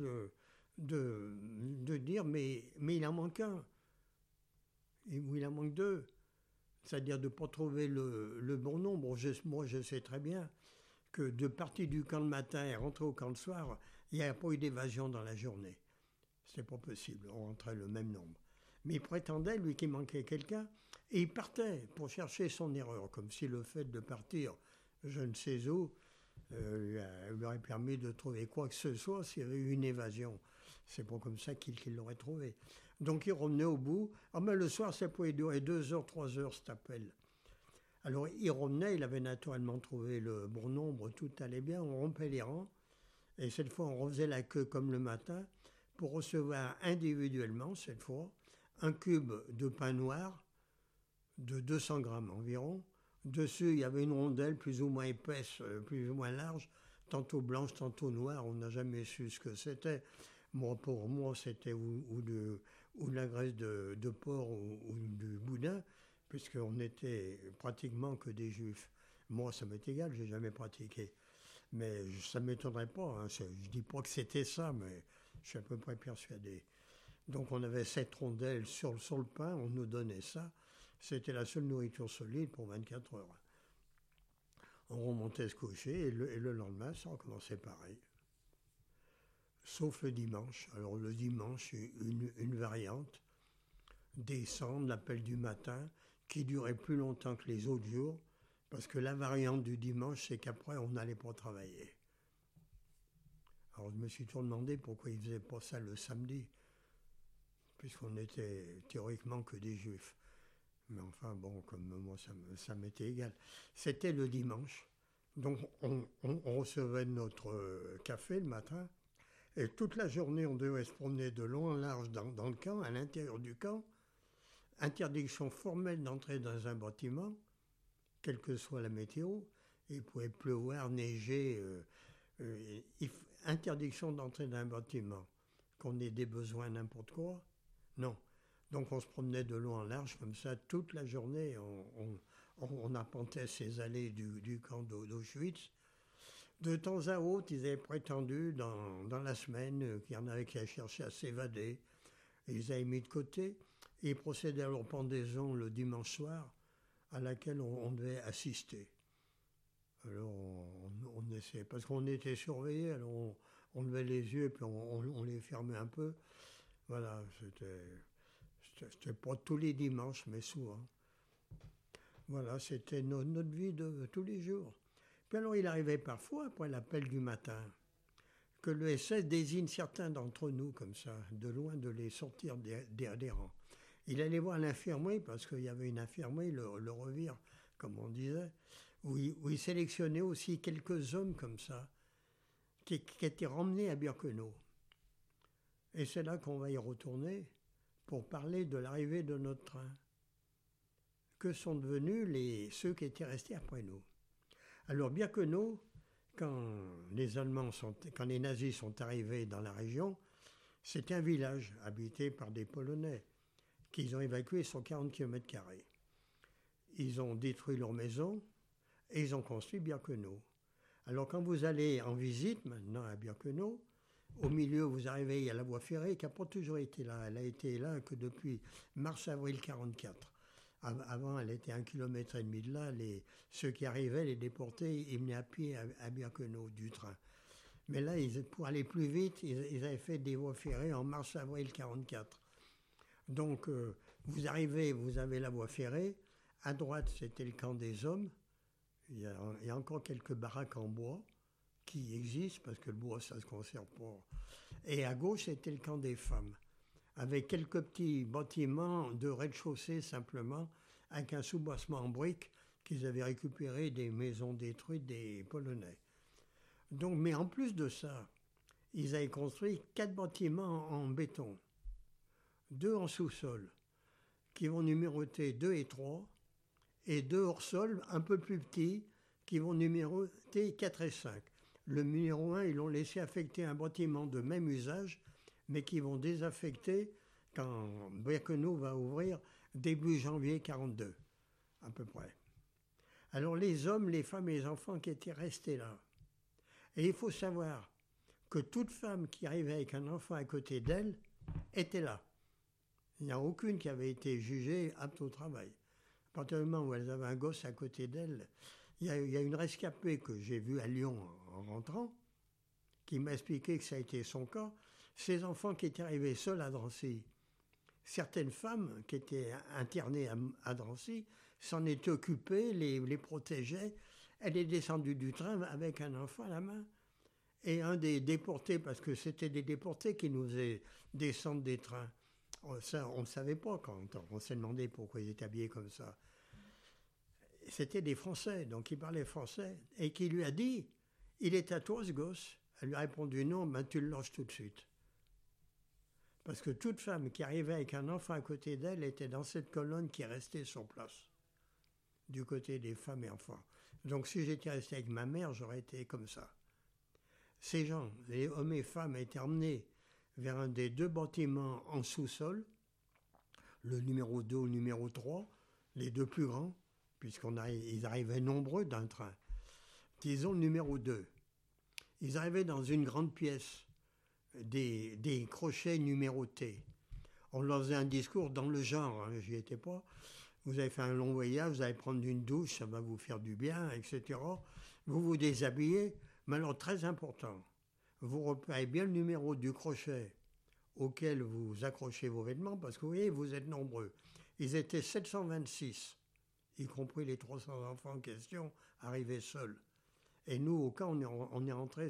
de dire mais il en manque un, ou il en manque deux. C'est-à-dire de ne pas trouver le bon nombre. Moi je sais très bien que de partir du camp le matin et rentrer au camp le soir, il n'y a pas eu d'évasion dans la journée. C'est pas possible, on rentrait le même nombre. Mais il prétendait, lui, qu'il manquait quelqu'un, et il partait pour chercher son erreur, comme si le fait de partir, je ne sais où, lui aurait permis de trouver quoi que ce soit s'il y avait eu une évasion. C'est pas comme ça qu'il l'aurait trouvé. Donc il revenait au bout. Ah ben le soir, ça pouvait durer 2 heures, 3 heures, cet appel. Alors il revenait, il avait naturellement trouvé le bon nombre, tout allait bien, on rompait les rangs, et cette fois on refaisait la queue comme le matin, pour recevoir individuellement, cette fois, un cube de pain noir de 200 grammes environ. Dessus, il y avait une rondelle plus ou moins épaisse, plus ou moins large, tantôt blanche, tantôt noire. On n'a jamais su ce que c'était. Moi, pour moi, c'était ou de la graisse de porc ou du boudin, puisqu'on n'était pratiquement que des juifs. Moi, ça m'est égal, je n'ai jamais pratiqué. Mais ça ne m'étonnerait pas. Hein. Je ne dis pas que c'était ça, mais je suis à peu près persuadé. Donc on avait 7 rondelles sur le pain, on nous donnait ça. C'était la seule nourriture solide pour 24 heures. On remontait se coucher et le lendemain, ça recommençait pareil. Sauf le dimanche. Alors le dimanche, une variante, descendre, l'appel du matin, qui durait plus longtemps que les autres jours, parce que la variante du dimanche, c'est qu'après, on n'allait pas travailler. Alors je me suis toujours demandé pourquoi ils ne faisaient pas ça le samedi, puisqu'on était théoriquement que des juifs. Mais enfin, bon, comme moi, ça m'était égal. C'était le dimanche. Donc, on recevait notre café le matin. Et toute la journée, on devait se promener de long en large dans le camp, à l'intérieur du camp. Interdiction formelle d'entrer dans un bâtiment, quelle que soit la météo. Il pouvait pleuvoir, neiger. Interdiction d'entrer dans un bâtiment. Qu'on ait des besoins, n'importe quoi. Non. Donc on se promenait de long en large comme ça toute la journée. On arpentait ces allées du camp d'Auschwitz. De temps à autre, ils avaient prétendu dans la semaine qu'il y en avait qui avaient cherché à s'évader. Et ils avaient mis de côté. Et ils procédaient à leur pendaison le dimanche soir, à laquelle on devait assister. Alors on essayait, parce qu'on était surveillés, alors on levait les yeux et puis on les fermait un peu. Voilà, c'était pas tous les dimanches, mais souvent. Voilà, c'était notre vie de tous les jours. Puis alors, il arrivait parfois, après l'appel du matin, que le SS désigne certains d'entre nous, comme ça, de loin, de les sortir des rangs. Il allait voir l'infirmerie, parce qu'il y avait une infirmerie, le revire, comme on disait, où il sélectionnait aussi quelques hommes comme ça, qui étaient ramenés à Birkenau. Et c'est là qu'on va y retourner pour parler de l'arrivée de notre train. Que sont devenus ceux qui étaient restés après nous? Alors Birkenau, quand les nazis sont arrivés dans la région, c'était un village habité par des Polonais qu'ils ont évacué sur 40 km². Ils ont détruit leurs maisons et ils ont construit Birkenau. Alors quand vous allez en visite maintenant à Birkenau, Au milieu, vous arrivez, il y a la voie ferrée qui n'a pas toujours été là. Elle a été là que depuis mars-avril 1944. Avant, elle était 1,5 km de là. Ceux qui arrivaient, les déportés, ils venaient à pied à Birkenau du train. Mais là, pour aller plus vite, ils avaient fait des voies ferrées en mars-avril 1944. Donc, vous arrivez, vous avez la voie ferrée. À droite, c'était le camp des hommes. Il y a encore quelques baraques en bois qui existent, parce que le bois, ça ne se conserve pas. Et à gauche, c'était le camp des femmes, avec quelques petits bâtiments de rez-de-chaussée simplement, avec un soubassement en briques qu'ils avaient récupéré des maisons détruites des Polonais. Donc, mais en plus de ça, ils avaient construit 4 bâtiments en béton, 2 en sous-sol, qui vont numéroter 2 et 3, et 2 hors-sol, un peu plus petits, qui vont numéroter 4 et 5. Le numéro 1, ils l'ont laissé affecter un bâtiment de même usage, mais qui vont désaffecter quand Birkenau va ouvrir début janvier 1942, à peu près. Alors les hommes, les femmes et les enfants qui étaient restés là. Et il faut savoir que toute femme qui arrivait avec un enfant à côté d'elle était là. Il n'y a aucune qui avait été jugée apte au travail. À partir du moment où elles avaient un gosse à côté d'elles, il y a une rescapée que j'ai vue à Lyon en rentrant, qui m'a expliqué que ça a été son cas. Ces enfants qui étaient arrivés seuls à Drancy, certaines femmes qui étaient internées à Drancy s'en étaient occupées, les protégeaient. Elle est descendue du train avec un enfant à la main. Et un des déportés, parce que c'était des déportés qui nous faisaient descendre des trains. Ça, on ne savait pas quand on s'est demandé pourquoi ils étaient habillés comme ça. C'était des Français, donc il parlait français, et qui lui a dit « Il est à toi ce gosse ?» Elle lui a répondu « Non, ben tu le lâches tout de suite. » Parce que toute femme qui arrivait avec un enfant à côté d'elle était dans cette colonne qui restait sur place, du côté des femmes et enfants. Donc si j'étais resté avec ma mère, j'aurais été comme ça. Ces gens, les hommes et femmes, étaient emmenés vers un des 2 bâtiments en sous-sol, le numéro 2 ou le numéro 3, les 2 plus grands, puisqu'ils arrivaient nombreux d'un train. Disons le numéro 2. Ils arrivaient dans une grande pièce, des crochets numérotés. On leur faisait un discours dans le genre, hein, j'y étais pas. Vous avez fait un long voyage, vous allez prendre une douche, ça va vous faire du bien, etc. Vous vous déshabillez, mais alors très important, vous repérez bien le numéro du crochet auquel vous accrochez vos vêtements, parce que vous voyez, vous êtes nombreux. Ils étaient 726. Y compris les 300 enfants en question, arrivaient seuls. Et nous, au camp, on est rentré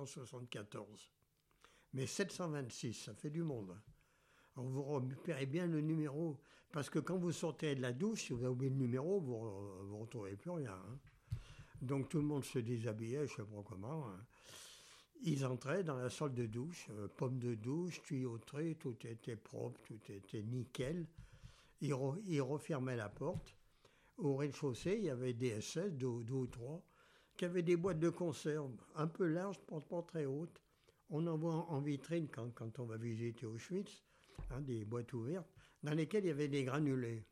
574. Mais 726, ça fait du monde. Alors vous repérez bien le numéro, parce que quand vous sortez de la douche, si vous avez oublié le numéro, vous ne retrouvez plus rien. Hein. Donc tout le monde se déshabillait, je ne sais pas comment. Hein. Ils entraient dans la salle de douche, pommes de douche, tuyauterie, tout était propre, tout était nickel. Ils refermaient la porte. Au rez-de-chaussée, il y avait des SS, 2 ou 3, qui avaient des boîtes de conserve un peu larges, pas très hautes. On en voit en vitrine quand on va visiter Auschwitz, hein, des boîtes ouvertes, dans lesquelles il y avait des granulés.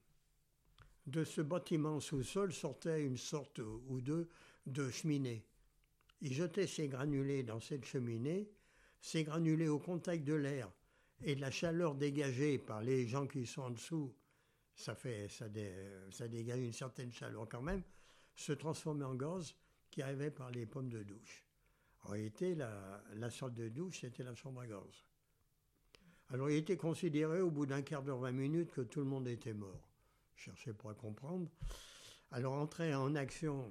De ce bâtiment sous-sol sortait une sorte ou deux de cheminée. Ils jetaient ces granulés dans cette cheminée, ces granulés au contact de l'air et de la chaleur dégagée par les gens qui sont en dessous, ça dégage une certaine chaleur quand même, se transformait en gaz qui arrivait par les pommes de douche. En réalité, la salle de douche, c'était la chambre à gaz. Alors, il était considéré au bout d'un quart d'heure, 20 minutes, que tout le monde était mort. Je cherchais pas à comprendre. Alors, entrait en action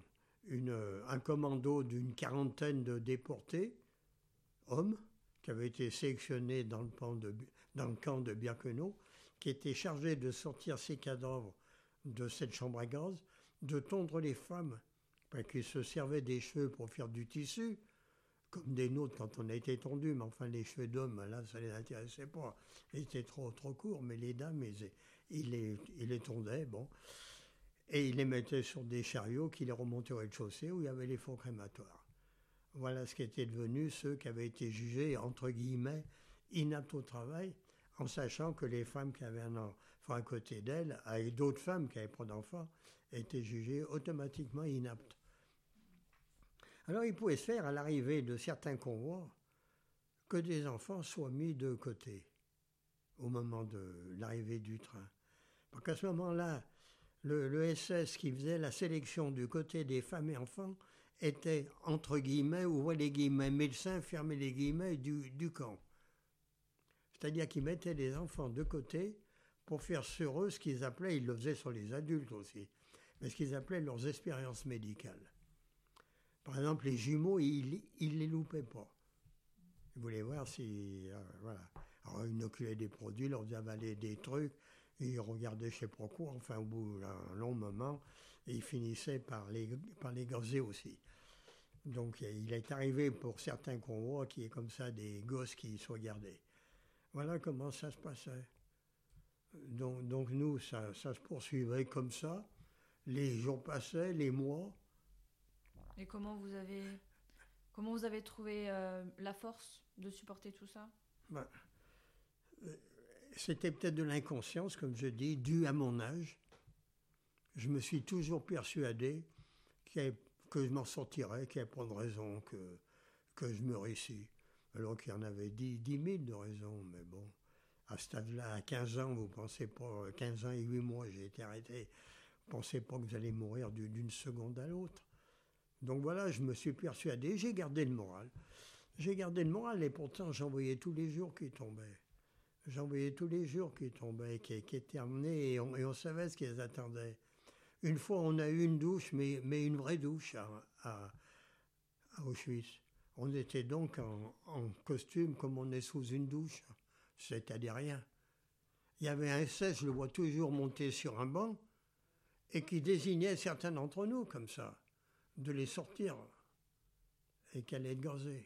un commando d'une 40aine de déportés, hommes, qui avaient été sélectionnés dans le camp de Birkenau, qui était chargé de sortir ces cadavres de cette chambre à gaz, de tondre les femmes, qui se servaient des cheveux pour faire du tissu, comme des nôtres quand on a été tondus, mais enfin les cheveux d'hommes, là, ça ne les intéressait pas. Ils étaient trop courts, mais les dames, ils les tondaient, bon. Et ils les mettaient sur des chariots qui les remontaient au rez-de-chaussée où il y avait les fours crématoires. Voilà ce qui étaient devenus ceux qui avaient été jugés, entre guillemets, inaptes au travail, en sachant que les femmes qui avaient un enfant à côté d'elles, avec d'autres femmes qui n'avaient pas d'enfants, étaient jugées automatiquement inaptes. Alors il pouvait se faire, à l'arrivée de certains convois, que des enfants soient mis de côté au moment de l'arrivée du train. Parce qu'à ce moment-là, le SS qui faisait la sélection du côté des femmes et enfants était, entre guillemets, ouvrez les guillemets, médecin, fermez les guillemets, du camp. C'est-à-dire qu'ils mettaient les enfants de côté pour faire sur eux ce qu'ils appelaient, ils le faisaient sur les adultes aussi, mais ce qu'ils appelaient leurs expériences médicales. Par exemple, les jumeaux, ils les loupaient pas. Ils voulaient voir si... voilà. Alors, ils inoculaient des produits, leur faisaient avaler des trucs, et ils regardaient je sais pas quoi, enfin, au bout d'un long moment, et ils finissaient par les gazer aussi. Donc, il est arrivé pour certains convois qu'il y ait comme ça des gosses qui soient gardés. Voilà comment ça se passait. Donc nous, ça se poursuivait comme ça. Les jours passaient, les mois. Et comment vous avez trouvé la force de supporter tout ça? Ben, c'était peut-être de l'inconscience, comme je dis, dû à mon âge. Je me suis toujours persuadé que je m'en sortirais, qu'il n'y avait pas de raison que je me réussis. Alors qu'il y en avait 10 000 de raisons, mais bon. À cet âge-là, à 15 ans, vous pensez pas, 15 ans et 8 mois, j'ai été arrêté, vous pensez pas que vous allez mourir d'une seconde à l'autre. Donc voilà, je me suis persuadé, j'ai gardé le moral. J'ai gardé le moral et pourtant j'en voyais tous les jours qui tombaient. J'en voyais tous les jours qui tombaient, qui étaient emmenés et on savait ce qu'ils attendaient. Une fois, on a eu une douche, mais une vraie douche à Auschwitz. On était donc en costume comme on est sous une douche. C'est-à-dire rien. Il y avait un SS, je le vois toujours monter sur un banc, et qui désignait certains d'entre nous, comme ça, de les sortir, et qu'elle être gazée.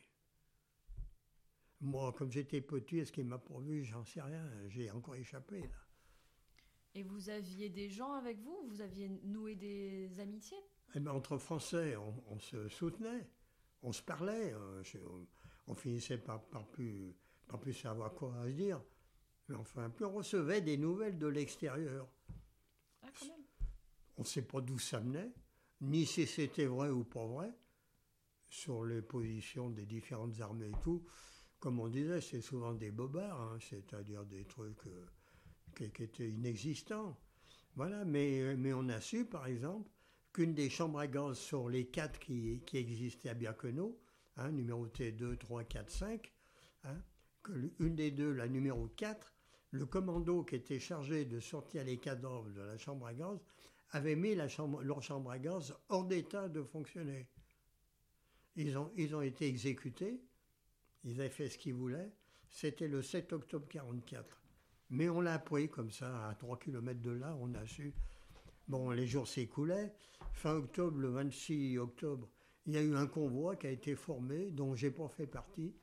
Moi, comme j'étais petit, est-ce qu'il m'a pourvu? J'en sais rien, j'ai encore échappé, là. Et vous aviez des gens avec vous? Vous aviez noué des amitiés? Eh bien, entre Français, on se soutenait, on se parlait, on finissait par plus savoir quoi à se dire. Mais enfin, puis on recevait des nouvelles de l'extérieur. Ah, quand même. On ne sait pas d'où ça venait, ni si c'était vrai ou pas vrai, sur les positions des différentes armées et tout. Comme on disait, c'est souvent des bobards, hein, c'est-à-dire des trucs qui étaient inexistants. Voilà, mais on a su, par exemple, qu'une des chambres à gaz sur les 4 qui existaient à Birkenau, hein, numérotées 2, 3, 4, 5, hein, qu'une des deux, la numéro 4, le commando qui était chargé de sortir les cadavres de la chambre à gaz, avait mis leur chambre à gaz hors d'état de fonctionner. Ils ont été exécutés, ils avaient fait ce qu'ils voulaient, c'était le 7 octobre 1944. Mais on l'a appris comme ça, à 3 km de là, on a su. Bon, les jours s'écoulaient. Fin octobre, le 26 octobre, il y a eu un convoi qui a été formé, dont j'ai pas fait partie.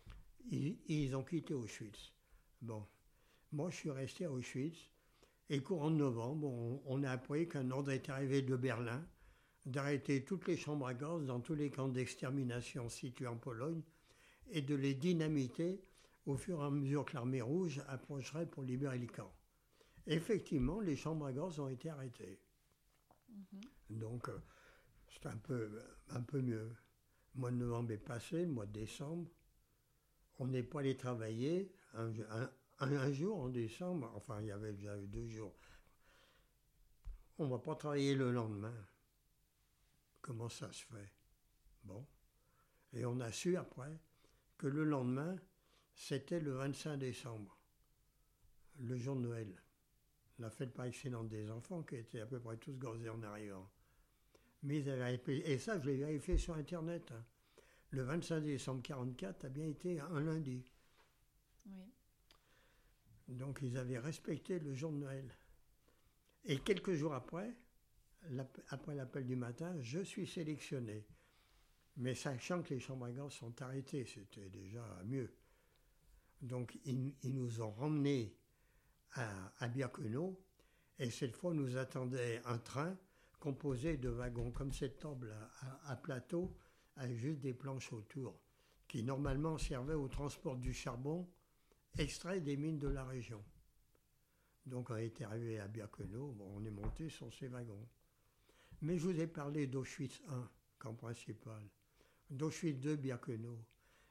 Ils ont quitté Auschwitz. Bon, moi je suis resté à Auschwitz. Et courant novembre, on a appris qu'un ordre est arrivé de Berlin d'arrêter toutes les chambres à gaz dans tous les camps d'extermination situés en Pologne et de les dynamiter au fur et à mesure que l'armée rouge approcherait pour libérer les camps. Effectivement, les chambres à gaz ont été arrêtées. Donc, c'est un peu mieux. Le mois de novembre est passé, le mois de décembre. On n'est pas allé travailler. Un jour en décembre, enfin, il y avait déjà eu 2 jours. On ne va pas travailler le lendemain. Comment ça se fait? Bon. Et on a su après que le lendemain, c'était le 25 décembre, le jour de Noël. La fête par excellence des enfants qui étaient à peu près tous gazés en arrivant. Mais ils avaient, et ça, je l'ai vérifié sur Internet. Hein. Le 25 décembre 1944 a bien été un lundi. Oui. Donc ils avaient respecté le jour de Noël. Et quelques jours après l'appel du matin, je suis sélectionné. Mais sachant que les chambres à gaz sont arrêtées, c'était déjà mieux. Donc ils nous ont ramenés à Birkenau, et cette fois nous attendait un train composé de wagons comme cette table à plateau, avec juste des planches autour, qui normalement servaient au transport du charbon extrait des mines de la région. Donc on est arrivé à Birkenau, bon, on est monté sur ces wagons. Mais je vous ai parlé d'Auschwitz I, camp principal, d'Auschwitz II, Birkenau.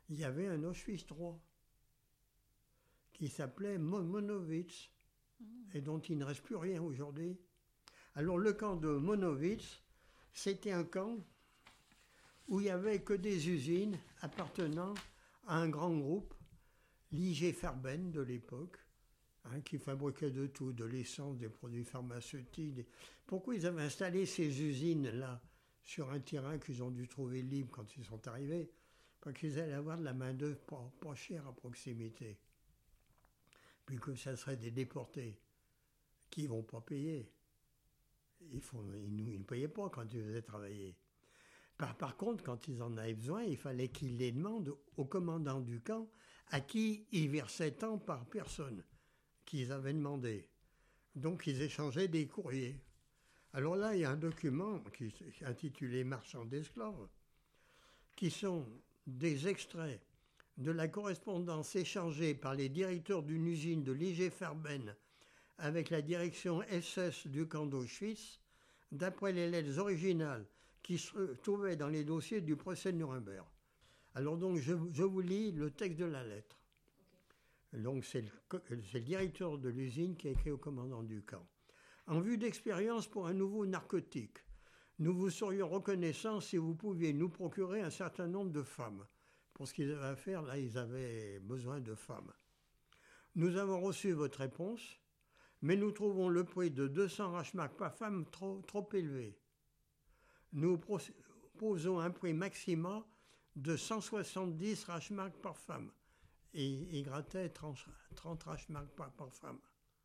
il y avait un Auschwitz III qui s'appelait Monowitz et dont il ne reste plus rien aujourd'hui. Alors le camp de Monowitz, c'était un camp où il n'y avait que des usines appartenant à un grand groupe, l'IG Farben de l'époque, qui fabriquait de tout, de l'essence, des produits pharmaceutiques. Pourquoi ils avaient installé ces usines-là sur un terrain qu'ils ont dû trouver libre quand ils sont arrivés? Parce qu'ils allaient avoir de la main-d'œuvre pas chère à proximité. Puis que ça serait des déportés qui ne vont pas payer. Ils ne payaient pas quand ils faisaient travailler. Par contre, quand ils en avaient besoin, il fallait qu'ils les demandent au commandant du camp à qui ils versaient tant par personne qu'ils avaient demandé. Donc ils échangeaient des courriers. Alors là, il y a un document qui est intitulé « Marchands d'esclaves » qui sont des extraits de la correspondance échangée par les directeurs d'une usine de l'IG Farben avec la direction SS du camp d'Auschwitz, d'après les lettres originales qui se trouvaient dans les dossiers du procès de Nuremberg. Alors donc, je vous lis le texte de la lettre. Okay. Donc c'est le directeur de l'usine qui a écrit au commandant du camp. En vue d'expérience pour un nouveau narcotique, nous vous serions reconnaissants si vous pouviez nous procurer un certain nombre de femmes. Pour ce qu'ils avaient à faire, là, ils avaient besoin de femmes. Nous avons reçu votre réponse, mais nous trouvons le prix de 200 Reichsmark par femme trop élevé. Nous proposons un prix maximum de 170 Reichsmark par femme. Et il grattait 30 Reichsmark par femme.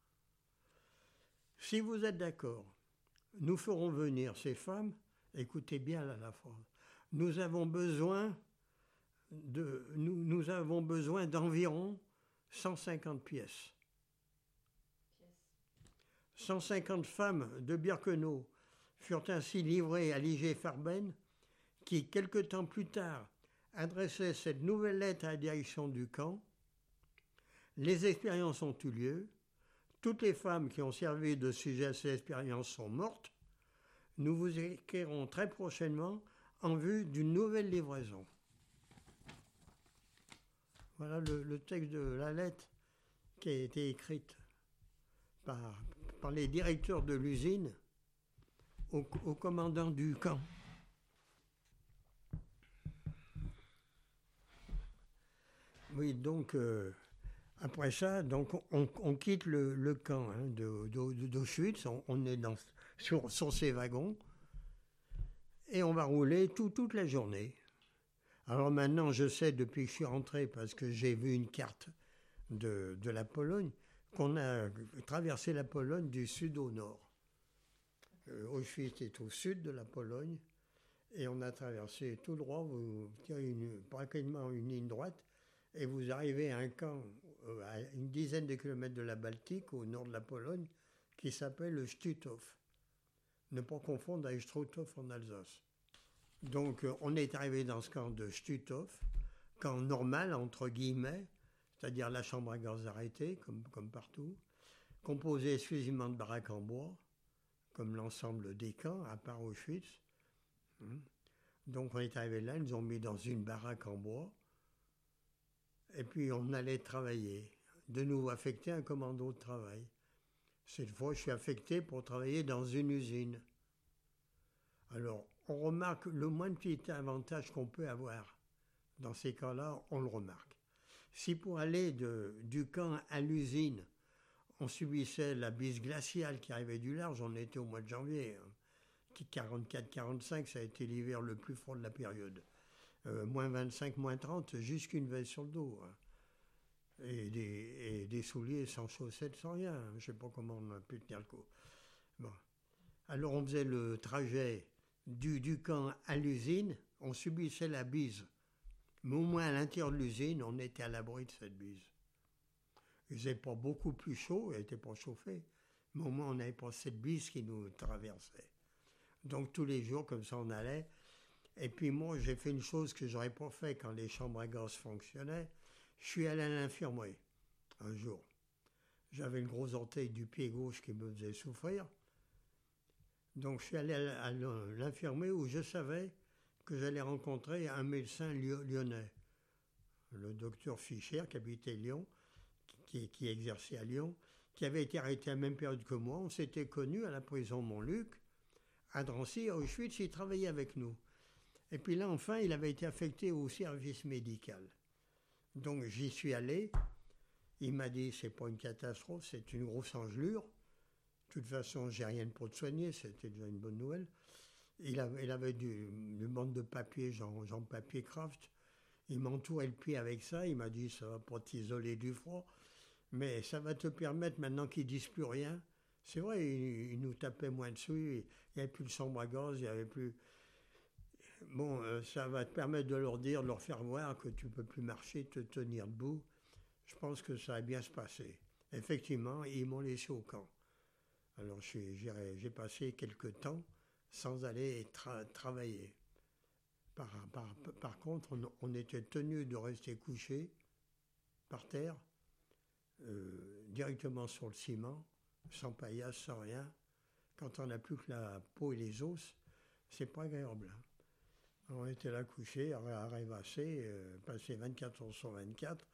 Si vous êtes d'accord, nous ferons venir ces femmes. Écoutez bien là, la phrase. Nous avons besoin d'environ 150 pièces. 150 femmes de Birkenau furent ainsi livrées à l'IG Farben, qui, quelque temps plus tard, adressait cette nouvelle lettre à la direction du camp. Les expériences ont eu lieu. Toutes les femmes qui ont servi de sujet à ces expériences sont mortes. Nous vous écrirons très prochainement en vue d'une nouvelle livraison. Voilà le texte de la lettre qui a été écrite par les directeurs de l'usine au commandant du camp. Oui, donc après ça, donc on quitte le camp d'Auschwitz, on est sur ces wagons et on va rouler toute la journée. Alors maintenant, je sais depuis que je suis rentré, parce que j'ai vu une carte de la Pologne, qu'on a traversé la Pologne du sud au nord. Auschwitz est au sud de la Pologne, et on a traversé tout droit, vous tirez pratiquement une ligne droite, et vous arrivez à un camp à une dizaine de kilomètres de la Baltique, au nord de la Pologne, qui s'appelle le Stutthof. Ne pas confondre avec Struthof en Alsace. Donc on est arrivé dans ce camp de Stutthof, camp normal, entre guillemets, c'est-à-dire la chambre à gaz arrêtée, comme partout, composé exclusivement de baraques en bois, comme l'ensemble des camps, à part Auschwitz. Donc on est arrivé là, ils nous ont mis dans une baraque en bois, et puis on allait travailler. De nouveau affecté à un commando de travail. Cette fois, je suis affecté pour travailler dans une usine. Alors, on remarque le moins petit avantage qu'on peut avoir. Dans ces cas-là, on le remarque. Si pour aller du camp à l'usine, on subissait la bise glaciale qui arrivait du large, on était au mois de janvier. 44-45, ça a été l'hiver le plus froid de la période. Moins 25, moins 30, jusqu'une veste sur le dos. Et des souliers sans chaussettes, sans rien. Je ne sais pas comment on a pu tenir le coup. Bon. Alors on faisait le trajet du camp à l'usine, on subissait la bise. Mais au moins à l'intérieur de l'usine, on était à l'abri de cette bise. Il faisait pas beaucoup plus chaud, il n'était pas chauffé, mais au moins on n'avait pas cette bise qui nous traversait. Donc tous les jours, comme ça, on allait. Et puis moi, j'ai fait une chose que je n'aurais pas fait quand les chambres à gaz fonctionnaient. Je suis allé à l'infirmerie un jour. J'avais le gros orteil du pied gauche qui me faisait souffrir. Donc je suis allé à l'infirmerie où je savais que j'allais rencontrer un médecin lyonnais. le docteur Fischer, qui habitait Lyon, qui exerçait à Lyon, qui avait été arrêté à la même période que moi. On s'était connus à la prison Montluc, à Drancy, à Auschwitz, il travaillait avec nous. Et puis là, enfin, il avait été affecté au service médical. Donc j'y suis allé. Il m'a dit, c'est pas une catastrophe, c'est une grosse engelure. De toute façon, j'ai rien pour te soigner, c'était déjà une bonne nouvelle. Il avait du bande de papier, genre papier Kraft. Il m'entourait le pied avec ça. Il m'a dit, ça va pas t'isoler du froid, mais ça va te permettre, maintenant qu'ils disent plus rien. C'est vrai, il nous tapait moins dessus. Il n'y avait plus de chambre à gaz, il n'y avait plus... Bon, ça va te permettre de leur dire, de leur faire voir que tu ne peux plus marcher, te tenir debout. Je pense que ça va bien se passer. Effectivement, ils m'ont laissé au camp. Alors j'ai passé quelques temps sans aller travailler. Par contre, on était tenu de rester couché par terre, directement sur le ciment, sans paillasse, sans rien. Quand on n'a plus que la peau et les os, c'est pas agréable. On était là couché, à rêvasser, passé 24 heures sur 24.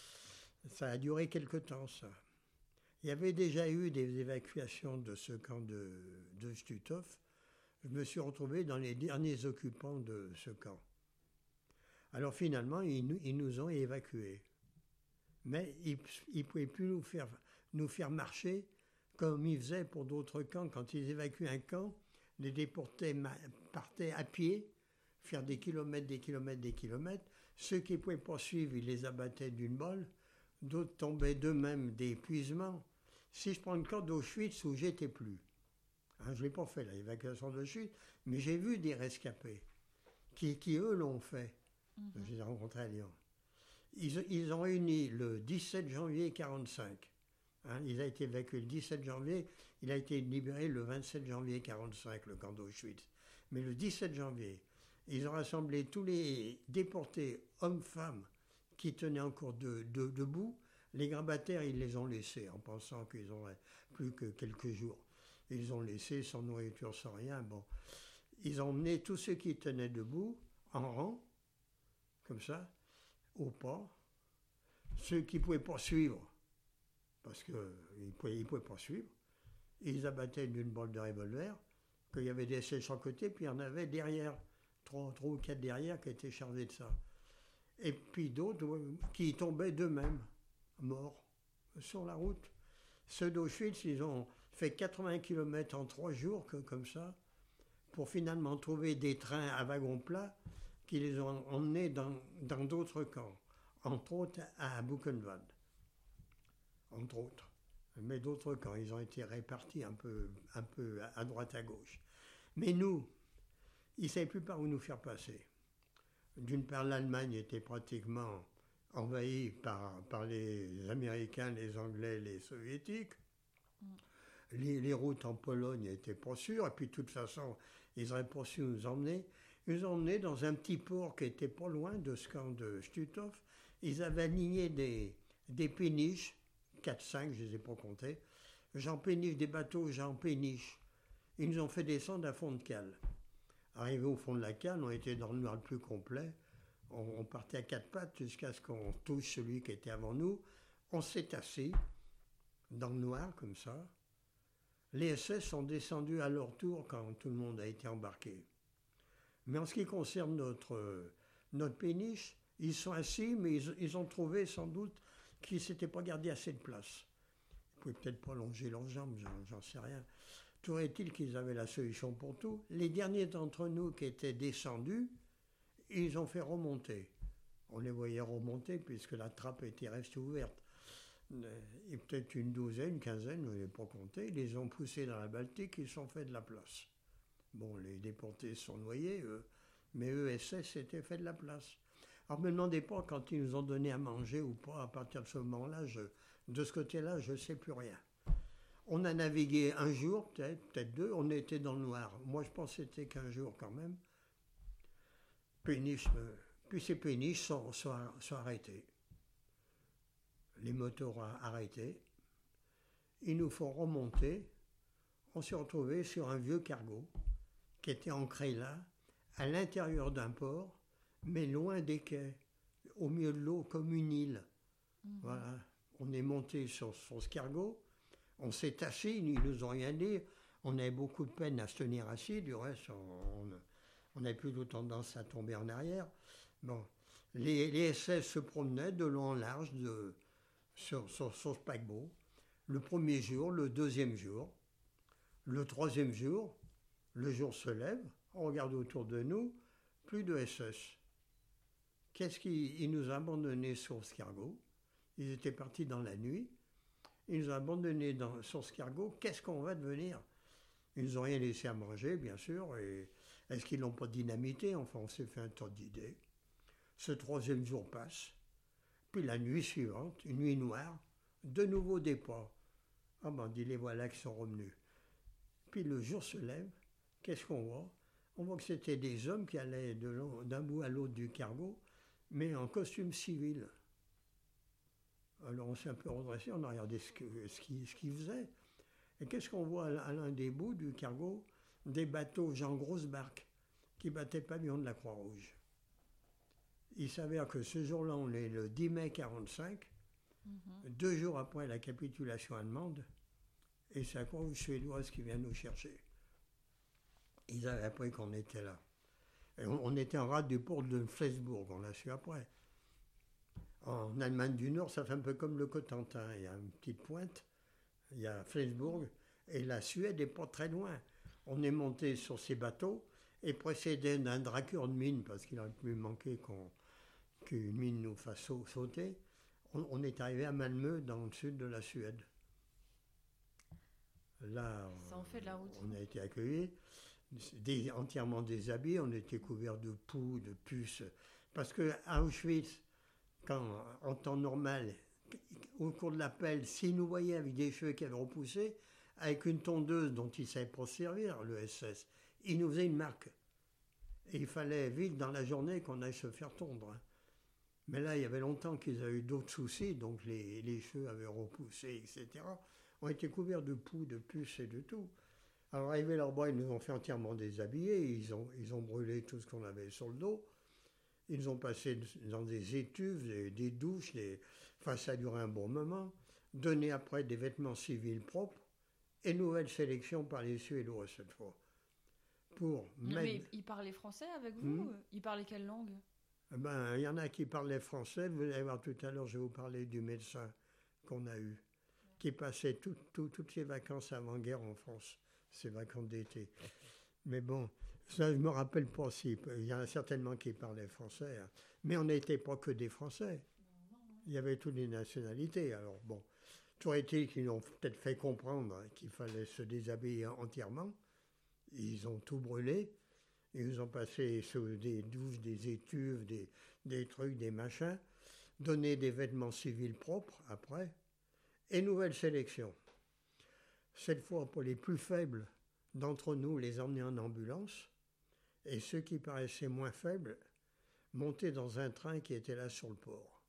Ça a duré quelque temps, ça. Il y avait déjà eu des évacuations de ce camp de Stutthof. Je me suis retrouvé dans les derniers occupants de ce camp. Alors finalement, ils nous ont évacués. Mais ils ne pouvaient plus nous faire marcher comme ils faisaient pour d'autres camps. Quand ils évacuaient un camp, les déportés partaient à pied, faire des kilomètres, des kilomètres, des kilomètres. Ceux qui ne pouvaient pas suivre, ils les abattaient d'une balle. D'autres tombaient d'eux-mêmes d'épuisement. Si je prends le camp d'Auschwitz où j'étais plus, je ne l'ai pas fait, l'évacuation d'Auschwitz, mais j'ai vu des rescapés qui eux, l'ont fait. Je les ai rencontrés à Lyon. Ils ont réuni le 17 janvier 1945. Il a été évacué le 17 janvier, il a été libéré le 27 janvier 1945, le camp d'Auschwitz. Mais le 17 janvier, ils ont rassemblé tous les déportés, hommes, femmes, qui tenaient encore debout. Les grabataires, ils les ont laissés en pensant qu'ils n'auraient plus que quelques jours. Ils les ont laissés sans nourriture, sans rien. Bon. Ils ont emmené tous ceux qui tenaient debout, en rang, comme ça, au pas. Ceux qui ne pouvaient pas suivre, parce qu'ils ne pouvaient pas suivre, ils abattaient d'une balle de revolver, qu'il y avait des sèches à côté, puis il y en avait derrière, trois ou quatre derrière qui étaient chargés de ça. Et puis d'autres qui tombaient d'eux-mêmes, morts, sur la route. Ceux d'Auschwitz, ils ont fait 80 km en 3 jours, comme ça, pour finalement trouver des trains à wagons plats qui les ont emmenés dans d'autres camps, entre autres à Buchenwald, entre autres. Mais d'autres camps, ils ont été répartis un peu à droite, à gauche. Mais nous, ils ne savaient plus par où nous faire passer. D'une part, l'Allemagne était pratiquement envahie par les Américains, les Anglais, les Soviétiques. Les routes en Pologne n'étaient pas sûres, et puis de toute façon, ils n'auraient pas su nous emmener. Ils nous ont emmenés dans un petit port qui était pas loin de ce camp de Stutthof. Ils avaient aligné des péniches, 4-5, je ne les ai pas comptés. J'en péniche des bateaux, j'en péniche. Ils nous ont fait descendre à fond de cale. Arrivés au fond de la cale, on était dans le noir le plus complet. On partait à 4 pattes jusqu'à ce qu'on touche celui qui était avant nous. On s'est assis dans le noir, comme ça. Les SS sont descendus à leur tour quand tout le monde a été embarqué. Mais en ce qui concerne notre péniche, ils sont assis, mais ils ont trouvé sans doute qu'ils ne s'étaient pas gardé assez de place. Ils ne pouvaient peut-être pas longer leurs jambes, j'en sais rien. Toujours est-il qu'ils avaient la solution pour tout. Les derniers d'entre nous qui étaient descendus, ils ont fait remonter. On les voyait remonter puisque la trappe était restée ouverte. Et peut-être une douzaine, une quinzaine, on ne les pas compté. Ils les ont poussés dans la Baltique, ils se sont fait de la place. Bon, les déportés sont noyés, mais eux, SS, s'étaient fait de la place. Alors, ne me demandez pas quand ils nous ont donné à manger ou pas, à partir de ce moment-là, de ce côté-là, je ne sais plus rien. On a navigué un jour, peut-être 2, on était dans le noir. Moi, je pense que c'était qu'1 jour quand même. Puis ces péniches sont arrêtés. Les moteurs ont arrêté. Ils nous font remonter. On s'est retrouvé sur un vieux cargo qui était ancré là, à l'intérieur d'un port, mais loin des quais, au milieu de l'eau comme une île. Voilà. On est monté sur ce cargo, on s'est assis, ils nous ont rien dit. On avait beaucoup de peine à se tenir assis, du reste, on avait plutôt tendance à tomber en arrière. Bon, les SS se promenaient de long en large sur ce paquebot. Le premier jour, le deuxième jour, le troisième jour, le jour se lève, on regarde autour de nous, plus de SS. Qu'est-ce qu'ils nous ont abandonnés sur ce cargo? Ils étaient partis dans la nuit. Ils nous ont abandonnés sur ce cargo. Qu'est-ce qu'on va devenir? Ils nous ont rien laissé à manger, bien sûr. Et est-ce qu'ils l'ont pas dynamité? Enfin, on s'est fait un tas d'idées. Ce troisième jour passe. Puis la nuit suivante, une nuit noire, de nouveau des pas. Ah ben, on dit, les voilà qui sont revenus. Puis le jour se lève. Qu'est-ce qu'on voit? On voit que c'était des hommes qui allaient d'un bout à l'autre du cargo, mais en costume civil. Alors on s'est un peu redressé, on a regardé ce qu'ils faisaient. Et qu'est-ce qu'on voit à l'un des bouts du cargo? Des bateaux, genre grosses barques, qui battaient pavillon de la Croix-Rouge. Il s'avère que ce jour-là, on est le 10 mai 1945, 2 jours après la capitulation allemande, et c'est la Croix-Rouge suédoise qui vient nous chercher. Ils avaient appris qu'on était là. Et on était en rade du port de Flensbourg, on l'a su après. En Allemagne du Nord, ça fait un peu comme le Cotentin. Il y a une petite pointe, il y a Flensbourg, et la Suède n'est pas très loin. On est monté sur ces bateaux, et précédé d'un draqueur de mine, parce qu'il aurait pu manquer qu'une mine nous fasse sauter, on est arrivé à Malmö, dans le sud de la Suède. Là, ça en fait de la route. On a été accueillis. Entièrement déshabillés, on était couverts de poux, de puces. Parce qu'à Auschwitz, en temps normal, au cours de l'appel, s'ils nous voyaient avec des cheveux qui avaient repoussé, avec une tondeuse dont ils ne savaient pas servir, le SS, ils nous faisaient une marque. Et il fallait vite dans la journée qu'on aille se faire tondre. Mais là, il y avait longtemps qu'ils avaient eu d'autres soucis, donc les cheveux avaient repoussé, etc. On était couverts de poux, de puces et de tout. Alors, arrivés là-bas, ils nous ont fait entièrement déshabiller. Ils ont brûlé tout ce qu'on avait sur le dos. Ils nous ont passé dans des étuves, des douches. Enfin, ça a duré un bon moment. Donné après des vêtements civils propres. Et nouvelle sélection par les Suédois cette fois. Mais ils parlaient français avec vous? Ils parlaient quelle langue? Ben, il y en a qui parlaient français. Vous allez voir tout à l'heure, je vais vous parler du médecin qu'on a eu, qui passait toutes ses vacances avant-guerre en France. Ces vacances d'été. Mais bon, ça je me rappelle pas si. Il y en a certainement qui parlaient français. Hein. Mais on n'était pas que des Français. Il y avait toutes les nationalités. Alors bon, toujours été qu'ils ont peut-être fait comprendre qu'il fallait se déshabiller entièrement. Ils ont tout brûlé. Ils ont passé sous des douches, des étuves, des trucs, des machins. Donné des vêtements civils propres après. Et nouvelle sélection. Cette fois, pour les plus faibles d'entre nous, les emmener en ambulance, et ceux qui paraissaient moins faibles, monter dans un train qui était là sur le port.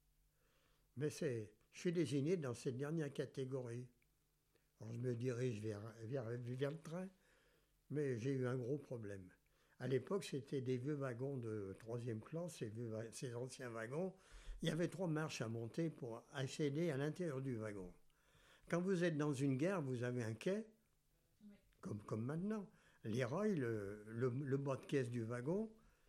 Mais je suis désigné dans cette dernière catégorie. Alors, je me dirige vers le train, mais j'ai eu un gros problème. À l'époque, c'était des vieux wagons de 3e classe, ces anciens wagons. Il y avait 3 marches à monter pour accéder à l'intérieur du wagon. Quand vous êtes dans une gare, vous avez un quai, comme maintenant. Les rails, le bas de caisse du wagon,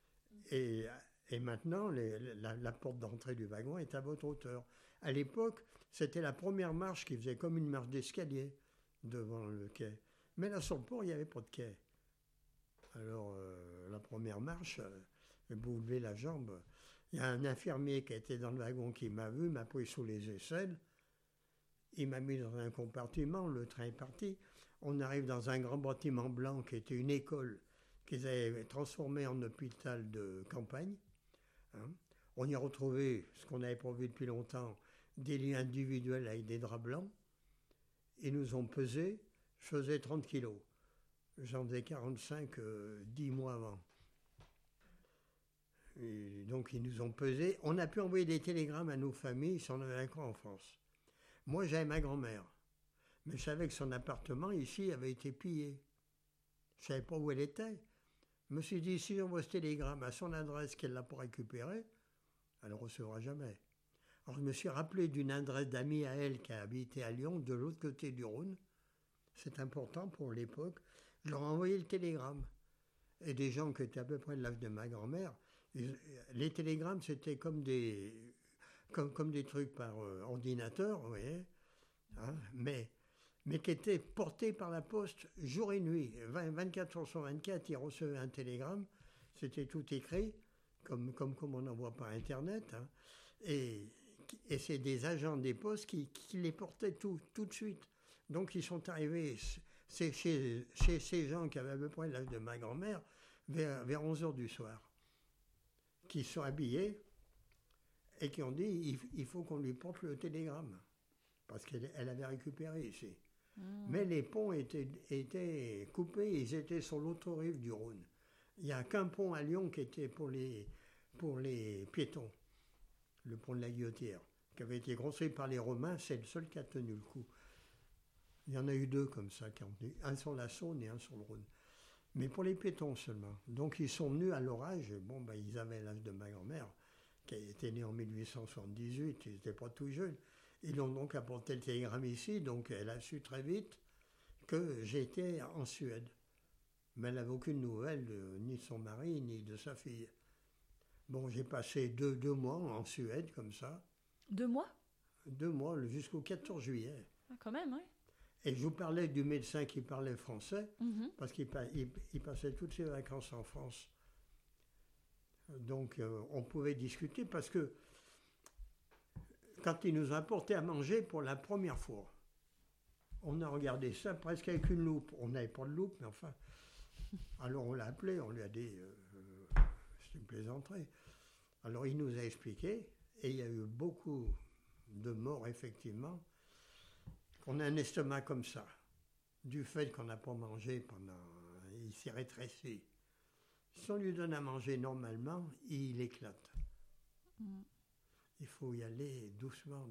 et maintenant, la porte d'entrée du wagon est à votre hauteur. À l'époque, c'était la première marche qui faisait comme une marche d'escalier devant le quai. Mais là, sur le port, il n'y avait pas de quai. Alors, la première marche, vous levez la jambe. Il y a un infirmier qui était dans le wagon qui m'a vu, m'a pris sous les aisselles. Il m'a mis dans un compartiment, le train est parti. On arrive dans un grand bâtiment blanc qui était une école qu'ils avaient transformé en hôpital de campagne. Hein. On y a retrouvé ce qu'on n'avait pas vu depuis longtemps, des lits individuels avec des draps blancs. Ils nous ont pesé, je faisais 30 kilos. J'en faisais 45 10 mois avant. Et donc ils nous ont pesé. On a pu envoyer des télégrammes à nos familles si on avait un camp en France. Moi, j'avais ma grand-mère, mais je savais que son appartement, ici, avait été pillé. Je ne savais pas où elle était. Je me suis dit, si j'envoie ce télégramme à son adresse qu'elle ne l'a pas récupéré, Elle ne recevra jamais. Alors je me suis rappelé d'une adresse d'amie à elle qui habitait à Lyon, de l'autre côté du Rhône. C'est important pour l'époque. Je leur ai envoyé le télégramme. Et des gens qui étaient à peu près de l'âge de ma grand-mère, les télégrammes, c'était comme des trucs par ordinateur, vous voyez, hein, mais qui étaient portés par la poste jour et nuit. 24 heures sur 24, ils recevaient un télégramme. C'était tout écrit, comme on envoie par Internet. Hein, et c'est des agents des postes qui les portaient tout de suite. Donc ils sont arrivés chez ces gens qui avaient à peu près l'âge de ma grand-mère vers 11 heures du soir, qui se sont habillés et qui ont dit il faut qu'on lui porte le télégramme, parce qu'elle avait récupéré ici. Mais les ponts étaient coupés, ils étaient sur l'autre rive du Rhône. Il n'y a qu'un pont à Lyon qui était pour les piétons, le pont de la Guillotière, qui avait été construit par les Romains, c'est le seul qui a tenu le coup. Il y en a eu deux comme ça, qui ont tenu, un sur la Saône et un sur le Rhône. Mais pour les piétons seulement. Donc ils sont venus à l'orage, ils avaient l'âge de ma grand-mère, qui était née en 1878, ils n'étaient pas tout jeunes. Ils ont donc apporté le télégramme ici, donc elle a su très vite que j'étais en Suède. Mais elle n'avait aucune nouvelle ni de son mari, ni de sa fille. Bon, j'ai passé deux mois en Suède, comme ça. 2 mois 2 mois, jusqu'au 14 juillet. Ah, quand même, oui. Et je vous parlais du médecin qui parlait français, parce qu'il passait toutes ses vacances en France. Donc, on pouvait discuter, parce que quand il nous a apporté à manger pour la première fois, on a regardé ça presque avec une loupe. On n'avait pas de loupe, mais enfin... Alors on l'a appelé, on lui a dit... c'est une plaisanterie. Alors il nous a expliqué, et il y a eu beaucoup de morts, effectivement, qu'on a un estomac comme ça, du fait qu'on n'a pas mangé pendant... Il s'est rétréci. Si on lui donne à manger normalement, il éclate. Il faut y aller doucement.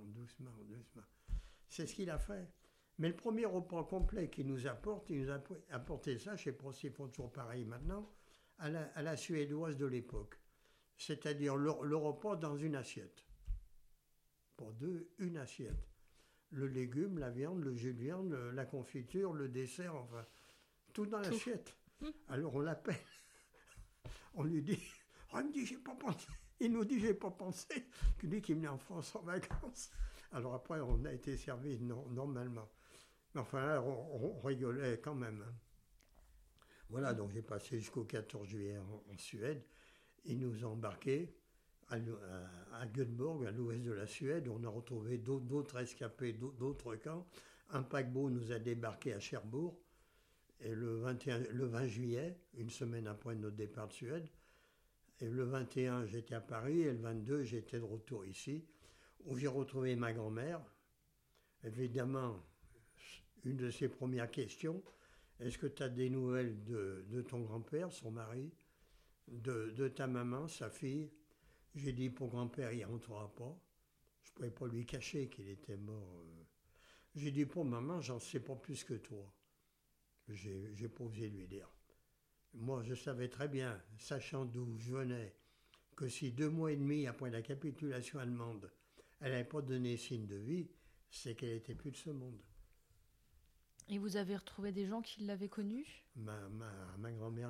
C'est ce qu'il a fait. Mais le premier repas complet qu'il nous apporte, il nous a apporté ça, je ne sais pas s'ils font toujours pareil maintenant, à la suédoise de l'époque. C'est-à-dire le repas dans une assiette. Pour deux, une assiette. Le légume, la viande, le jus de viande, la confiture, le dessert, enfin, tout dans l'assiette. Alors on l'appelle. On lui dit, il me dit, j'ai pas pensé. Il nous dit, j'ai pas pensé. Il dit qu'il venait en France en vacances. Alors après, on a été servi normalement. Mais enfin, là, on rigolait quand même. Voilà, donc j'ai passé jusqu'au 14 juillet en Suède. Ils nous ont embarqués à Göteborg, à l'ouest de la Suède. On a retrouvé d'autres rescapés, d'autres camps. Un paquebot nous a débarqué à Cherbourg. Et le 20 juillet, une semaine après notre départ de Suède, et le 21, j'étais à Paris, et le 22, j'étais de retour ici, où j'ai retrouvé ma grand-mère. Évidemment, une de ses premières questions, est-ce que tu as des nouvelles de ton grand-père, son mari, de ta maman, sa fille? J'ai dit, pour grand-père, il ne rentrera pas. Je ne pouvais pas lui cacher qu'il était mort. J'ai dit, pour maman, j'en sais pas plus que toi. J'ai pas osé lui dire. Moi, je savais très bien, sachant d'où je venais, que si 2 mois et demi après la capitulation allemande, elle n'avait pas donné signe de vie, c'est qu'elle n'était plus de ce monde. Et vous avez retrouvé des gens qui l'avaient connue? Ma grand-mère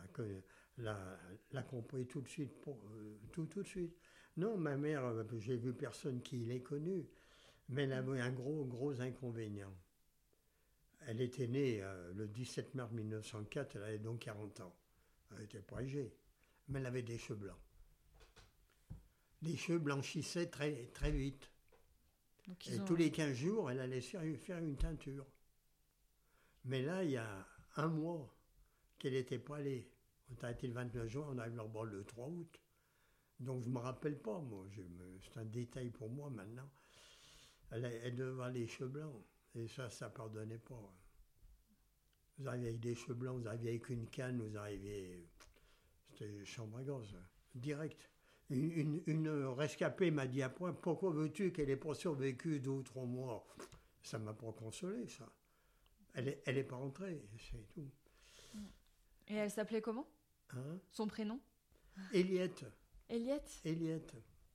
l'a compris tout de suite. Tout de suite. Non, ma mère, j'ai vu personne qui l'ait connue, mais elle avait un gros inconvénient. Elle était née le 17 mars 1904, elle avait donc 40 ans. Elle n'était pas âgée, mais elle avait des cheveux blancs. Les cheveux blanchissaient très, très vite. Et tous les 15 jours, elle allait faire une teinture. Mais là, il y a 1 mois qu'elle n'était pas allée. On a été le 29 juin, on arrive là-bas le 3 août. Donc je ne me rappelle pas, moi. C'est un détail pour moi maintenant. Elle devait avoir les cheveux blancs. Et ça ne pardonnait pas. Vous arrivez avec des cheveux blancs, vous arrivez avec une canne, vous arrivez... C'était chambre à gaz, direct. Une rescapée m'a dit à point, pourquoi veux-tu qu'elle n'ait pas survécu 2 ou 3 mois? Ça ne m'a pas consolé, ça. Elle n'est pas rentrée, c'est tout. Et elle s'appelait comment? Son prénom? Eliette. Eliette. Eliette.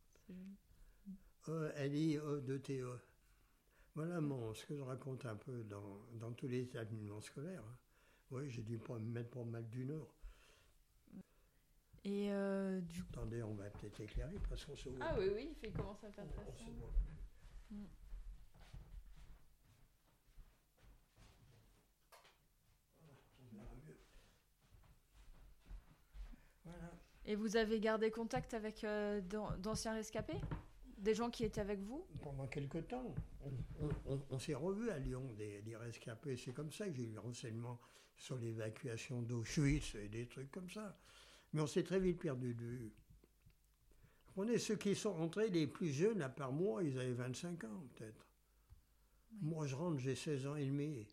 L-I-E-2-T-E. Voilà ce que je raconte un peu dans tous les établissements scolaires. Oui, j'ai dû me mettre pour mal d'une heure. Et Attendez, on va peut-être éclairer parce qu'on se voit. Ah oui, il commence à faire très sombre. Voilà. Et vous avez gardé contact avec d'anciens rescapés? Des gens qui étaient avec vous? Pendant quelque temps. On s'est revus à Lyon, des rescapés. C'est comme ça que j'ai eu le renseignement sur l'évacuation d'Auschwitz et des trucs comme ça. Mais on s'est très vite perdu de vue. Comprenez, ceux qui sont rentrés, les plus jeunes, à part moi, ils avaient 25 ans peut-être. Oui. Moi, je rentre, j'ai 16 ans et demi.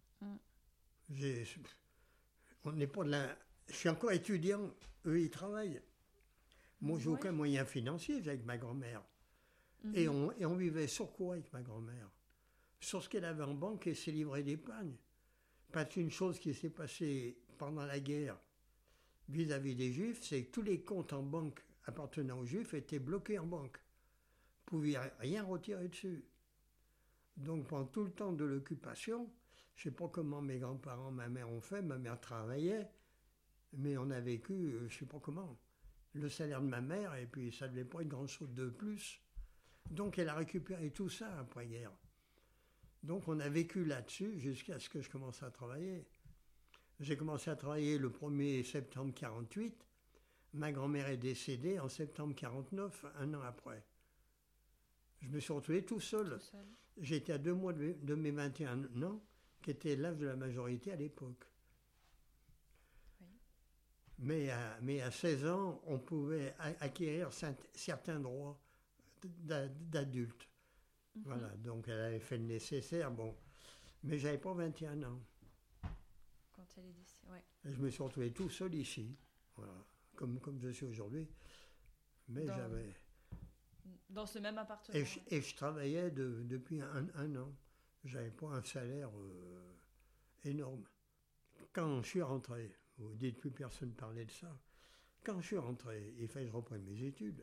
On n'est pas de la... Je suis encore étudiant, eux, ils travaillent. Moi, j'ai aucun moyen financier avec ma grand-mère. Et on vivait sur quoi avec ma grand-mère? Sur ce qu'elle avait en banque et ses livrets d'épargne. Parce qu'une chose qui s'est passée pendant la guerre vis-à-vis des Juifs, c'est que tous les comptes en banque appartenant aux Juifs étaient bloqués en banque. Vous ne pouviez rien retirer dessus. Donc pendant tout le temps de l'occupation, je ne sais pas comment mes grands-parents, ma mère ont fait, ma mère travaillait, mais on a vécu, je ne sais pas comment, le salaire de ma mère, et puis ça ne devait pas être grand-chose de plus. Donc elle a récupéré tout ça après-guerre. Donc on a vécu là-dessus jusqu'à ce que je commence à travailler. J'ai commencé à travailler le 1er septembre 1948. Ma grand-mère est décédée en septembre 1949, un an après. Je me suis retrouvé tout seul. J'étais à 2 mois de mes 21 ans, qui était l'âge de la majorité à l'époque. Oui. Mais à 16 ans, on pouvait acquérir certains droits d'adulte. Voilà, donc elle avait fait le nécessaire, bon. Mais j'avais pas 21 ans. Quand elle est décédée, ouais. Et je me suis retrouvé tout seul ici, voilà, comme je suis aujourd'hui. Mais j'avais... Dans ce même appartement. Et je travaillais depuis un an. J'avais pas un salaire énorme. Quand je suis rentré, vous dites plus personne parlait de ça, quand je suis rentré, il fallait que je reprenne mes études.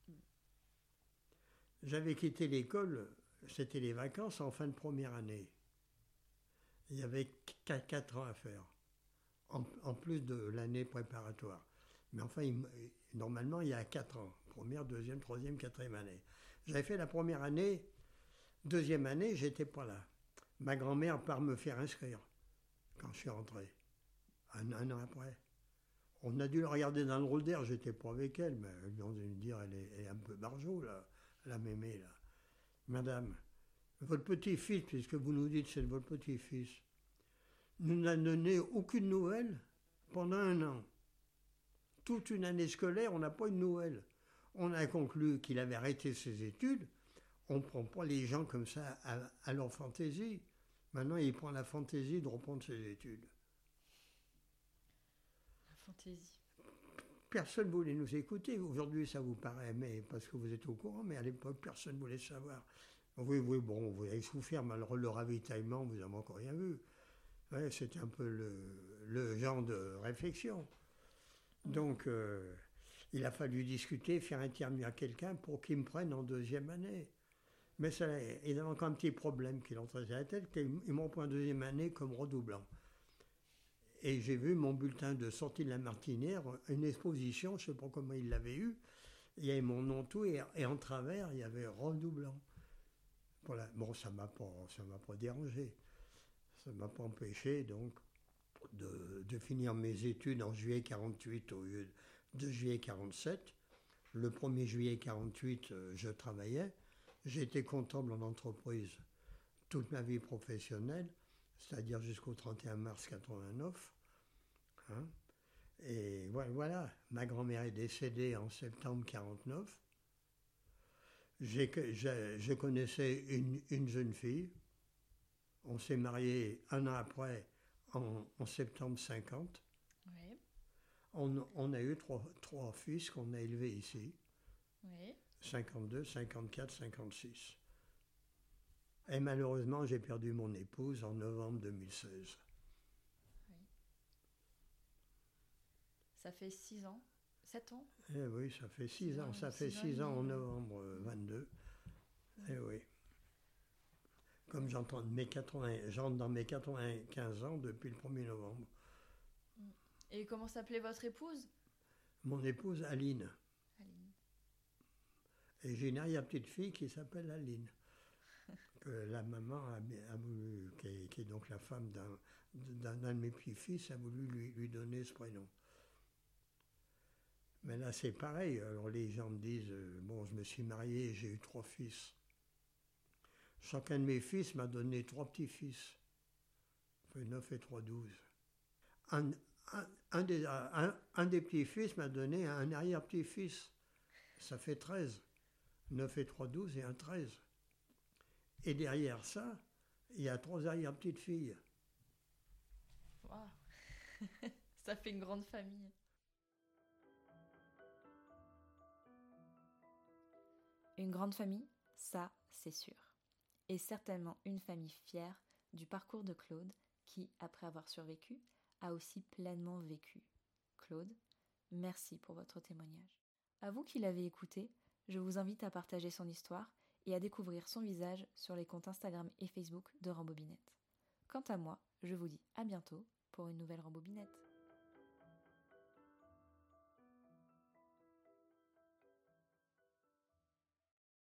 J'avais quitté l'école, c'était les vacances en fin de première année. Il y avait 4 ans à faire, en plus de l'année préparatoire. Mais enfin, normalement, il y a 4 ans. Première, deuxième, troisième, quatrième année. J'avais fait la première année, deuxième année, j'étais pas là. Ma grand-mère part me faire inscrire quand je suis rentré, un an après. On a dû le regarder dans le rôle d'air, j'étais pas avec elle, mais ils ont dû me dire, elle est un peu barjot, là. La mémé, là. Madame, votre petit-fils, puisque vous nous dites que c'est votre petit-fils, nous n'a donné aucune nouvelle pendant un an. Toute une année scolaire, on n'a pas eu de nouvelles. On a conclu qu'il avait arrêté ses études. On ne prend pas les gens comme ça à leur fantaisie. Maintenant, il prend la fantaisie de reprendre ses études. La fantaisie. Personne ne voulait nous écouter. Aujourd'hui, ça vous paraît, mais parce que vous êtes au courant, mais à l'époque, personne ne voulait savoir. Oui, bon, vous avez souffert, mais alors le ravitaillement, vous n'avez encore rien vu. Ouais, c'était un peu le genre de réflexion. Donc, il a fallu discuter, faire intervenir quelqu'un pour qu'il me prenne en deuxième année. Mais ça, il avait encore un petit problème qui l'entrait à la tête, ils m'ont pris en deuxième année comme redoublant. Et j'ai vu mon bulletin de sortie de la Martinière, une exposition, je ne sais pas comment il l'avait eu. Il y avait mon nom tout et en travers, il y avait redoublant. Voilà. Bon, ça ne m'a pas dérangé. Ça ne m'a pas empêché, donc, de finir mes études en juillet 1948 au lieu de juillet 1947. Le 1er juillet 1948, je travaillais. J'étais comptable en entreprise toute ma vie professionnelle, c'est-à-dire jusqu'au 31 mars 1989. Hein. Et voilà, ma grand-mère est décédée en septembre 1949. Je connaissais une jeune fille. On s'est mariés un an après, en septembre 1950. Oui. On a eu trois fils qu'on a élevés ici. Oui. 52, 54, 56. Et malheureusement, j'ai perdu mon épouse en novembre 2016. Oui. Ça fait 6 ans. 7 ans. Eh oui, ça fait 6 ans. Ça fait 6 ans en novembre 22. Eh oui. Comme j'entre dans mes 95 ans depuis le 1er novembre. Et comment s'appelait votre épouse? Mon épouse, Aline. Aline. Et j'ai une arrière-petite-fille qui s'appelle Aline. Que la maman a voulu, qui est donc la femme d'un de mes petits-fils, a voulu lui donner ce prénom. Mais là, c'est pareil. Alors les gens me disent, bon, je me suis marié, j'ai eu 3 fils. Chacun de mes fils m'a donné 3 petits-fils. Ça fait 9 et 3, 12. Un des petits-fils m'a donné un arrière-petit-fils. Ça fait 13. 9 et 3, 12 et un 13. Et derrière ça, il y a 3 arrière-petites-filles. Waouh. Ça fait une grande famille. Une grande famille, ça, c'est sûr. Et certainement une famille fière du parcours de Claude qui, après avoir survécu, a aussi pleinement vécu. Claude, merci pour votre témoignage. À vous qui l'avez écouté, je vous invite à partager son histoire et à découvrir son visage sur les comptes Instagram et Facebook de Rambobinette. Quant à moi, je vous dis à bientôt pour une nouvelle Rambobinette.